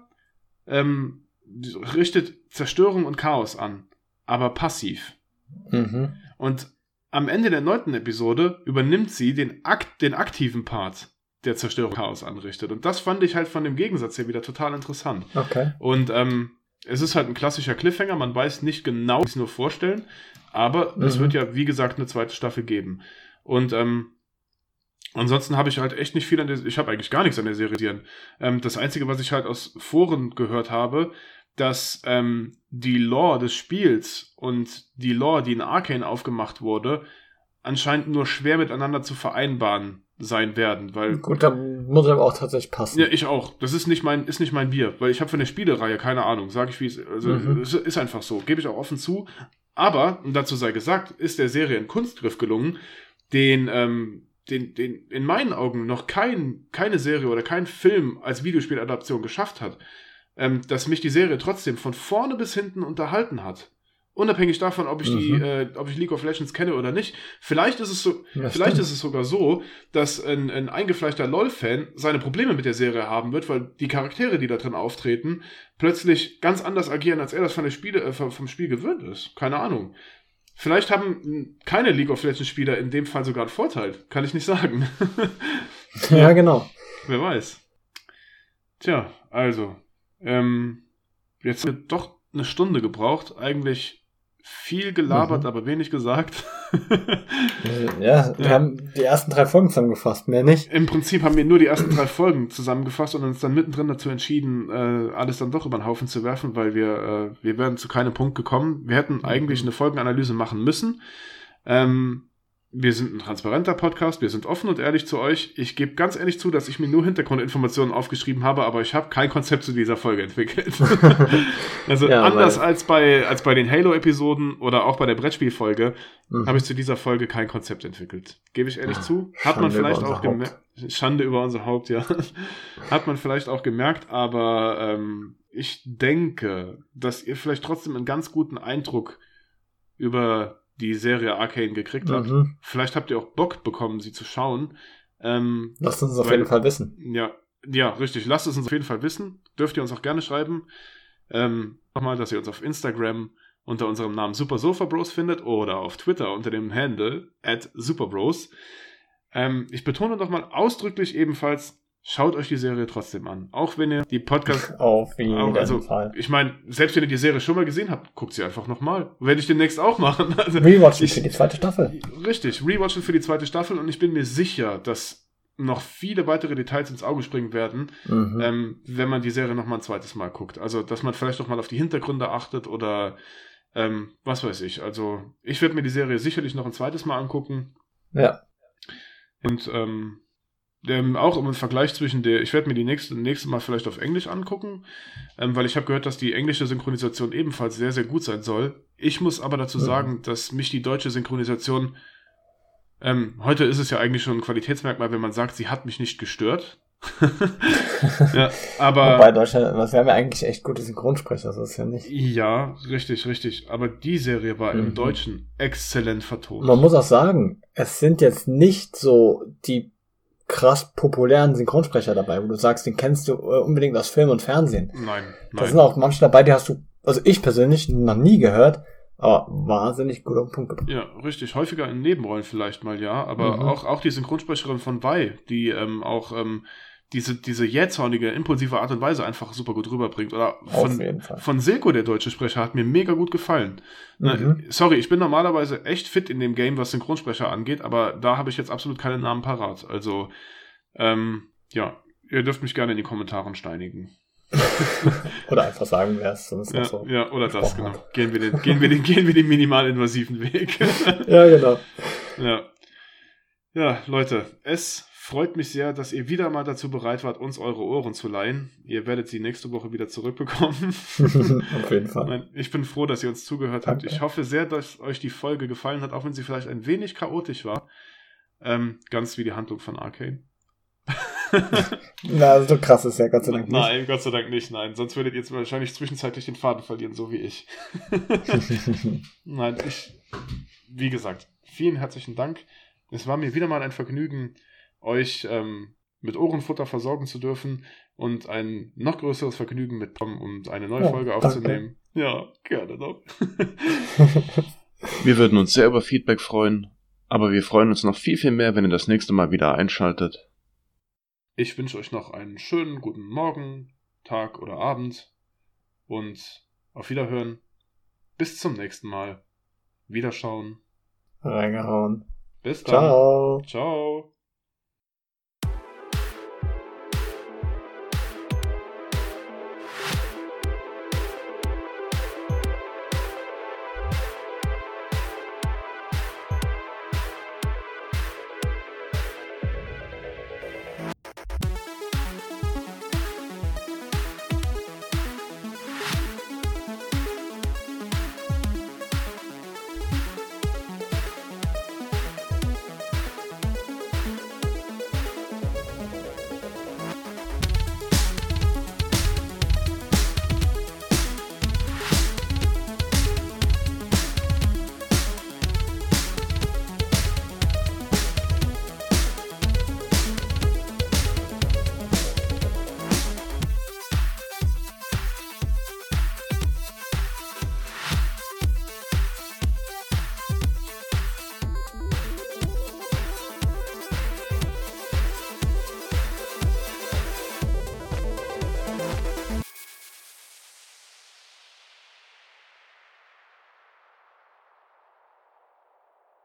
S1: richtet Zerstörung und Chaos an, aber passiv. Und am Ende der 9. Episode übernimmt sie den aktiven Part, der Zerstörung und Chaos anrichtet. Und das fand ich halt von dem Gegensatz her wieder total interessant. Okay. Und es ist halt ein klassischer Cliffhanger, man weiß nicht genau, wie es nur vorstellen, aber es wird ja, wie gesagt, eine zweite Staffel geben. Und ansonsten habe ich halt echt nicht viel ich habe eigentlich gar nichts an der Serie. Das Einzige, was ich halt aus Foren gehört habe, dass die Lore des Spiels und die Lore, die in Arcane aufgemacht wurde, anscheinend nur schwer miteinander zu vereinbaren sein werden, weil...
S2: Gut, da muss aber auch tatsächlich passen.
S1: Ja, ich auch. Das ist nicht mein Bier, weil ich habe von der Spielereihe keine Ahnung, sage ich wie es... Also es ist einfach so, gebe ich auch offen zu. Aber, und dazu sei gesagt, ist der Serie ein Kunstgriff gelungen, den in meinen Augen noch keine Serie oder kein Film als Videospieladaption geschafft hat, dass mich die Serie trotzdem von vorne bis hinten unterhalten hat. Unabhängig davon, ob ich ob ich League of Legends kenne oder nicht. Vielleicht ist es sogar so, dass ein eingefleischter LoL-Fan seine Probleme mit der Serie haben wird, weil die Charaktere, die da drin auftreten, plötzlich ganz anders agieren, als er das vom Spiel gewöhnt ist. Keine Ahnung. Vielleicht haben keine League of Legends Spieler in dem Fall sogar einen Vorteil. Kann ich nicht sagen.
S2: Ja, genau.
S1: Wer weiß. Tja, also. Jetzt haben wir doch eine Stunde gebraucht. Eigentlich viel gelabert, aber wenig gesagt.
S2: Ja, wir haben die ersten 3 Folgen zusammengefasst, mehr nicht.
S1: Im Prinzip haben wir nur die ersten 3 Folgen zusammengefasst und uns dann mittendrin dazu entschieden, alles dann doch über den Haufen zu werfen, weil wir wären zu keinem Punkt gekommen. Wir hätten eigentlich eine Folgenanalyse machen müssen. Wir sind ein transparenter Podcast, wir sind offen und ehrlich zu euch. Ich gebe ganz ehrlich zu, dass ich mir nur Hintergrundinformationen aufgeschrieben habe, aber ich habe kein Konzept zu dieser Folge entwickelt. Also ja, anders als bei den Halo-Episoden oder auch bei der Brettspielfolge habe ich zu dieser Folge kein Konzept entwickelt. Gebe ich ehrlich zu. Hat man vielleicht auch gemerkt. Schande über unser Haupt, ja. Hat man vielleicht auch gemerkt, aber ich denke, dass ihr vielleicht trotzdem einen ganz guten Eindruck über die Serie Arcane gekriegt habt. Vielleicht habt ihr auch Bock bekommen, sie zu schauen.
S2: Lasst uns auf jeden Fall wissen.
S1: Ja, richtig. Lasst es uns auf jeden Fall wissen. Dürft ihr uns auch gerne schreiben. Nochmal, dass ihr uns auf Instagram unter unserem Namen Super Sofa Bros findet oder auf Twitter unter dem Handle @superbros. Ich betone nochmal ausdrücklich ebenfalls, schaut euch die Serie trotzdem an. Auch wenn ihr die Podcast...
S2: Auf jeden Fall.
S1: Ich meine, selbst wenn ihr die Serie schon mal gesehen habt, guckt sie einfach nochmal. Werde ich demnächst auch machen. Also,
S2: Rewatchen für die zweite Staffel.
S1: Richtig, Rewatchen für die zweite Staffel und ich bin mir sicher, dass noch viele weitere Details ins Auge springen werden, wenn man die Serie nochmal ein zweites Mal guckt. Also, dass man vielleicht nochmal auf die Hintergründe achtet oder was weiß ich. Also, ich werde mir die Serie sicherlich noch ein zweites Mal angucken.
S2: Ja.
S1: Und auch im Vergleich zwischen ich werde mir die nächste Mal vielleicht auf Englisch angucken, weil ich habe gehört, dass die englische Synchronisation ebenfalls sehr, sehr gut sein soll. Ich muss aber dazu sagen, dass mich die deutsche Synchronisation, heute ist es ja eigentlich schon ein Qualitätsmerkmal, wenn man sagt, sie hat mich nicht gestört. Ja, aber...
S2: Wobei Deutschland, wir haben ja eigentlich echt gute Synchronsprecher, das ist ja nicht.
S1: Ja, richtig. Aber die Serie war im Deutschen exzellent vertont.
S2: Man muss auch sagen, es sind jetzt nicht so die krass populären Synchronsprecher dabei, wo du sagst, den kennst du unbedingt aus Film und Fernsehen.
S1: Nein.
S2: Da sind auch manche dabei, die hast du, also ich persönlich noch nie gehört, aber wahnsinnig gut auf den Punkt gebracht.
S1: Ja, richtig. Häufiger in Nebenrollen vielleicht mal, ja. Aber auch die Synchronsprecherin von Vi, die diese jähzornige, impulsive Art und Weise einfach super gut rüberbringt. Oder von Silko, der deutsche Sprecher, hat mir mega gut gefallen. Sorry, ich bin normalerweise echt fit in dem Game, was Synchronsprecher angeht, aber da habe ich jetzt absolut keine Namen parat. Also, ja, ihr dürft mich gerne in die Kommentare steinigen.
S2: Oder einfach sagen, wer es sonst noch so.
S1: Ja, oder das, genau. Gehen wir den minimal-invasiven Weg.
S2: Ja, genau.
S1: Ja, Leute, es freut mich sehr, dass ihr wieder mal dazu bereit wart, uns eure Ohren zu leihen. Ihr werdet sie nächste Woche wieder zurückbekommen.
S2: Auf jeden Fall.
S1: Ich bin froh, dass ihr uns zugehört habt. Ich hoffe sehr, dass euch die Folge gefallen hat, auch wenn sie vielleicht ein wenig chaotisch war. Ganz wie die Handlung von Arcane.
S2: Na, so krass ist ja Gott sei Dank nicht.
S1: Nein, Gott sei Dank nicht, nein. Sonst würdet ihr jetzt wahrscheinlich zwischenzeitlich den Faden verlieren, so wie ich. Nein, wie gesagt, vielen herzlichen Dank. Es war mir wieder mal ein Vergnügen, euch mit Ohrenfutter versorgen zu dürfen und ein noch größeres Vergnügen mit Tom und eine neue Folge aufzunehmen. Ja, gerne doch.
S3: Wir würden uns sehr über Feedback freuen, aber wir freuen uns noch viel, viel mehr, wenn ihr das nächste Mal wieder einschaltet.
S1: Ich wünsche euch noch einen schönen guten Morgen, Tag oder Abend und auf Wiederhören. Bis zum nächsten Mal. Wiederschauen.
S2: Reingehauen.
S1: Bis dann.
S2: Ciao.
S1: Ciao.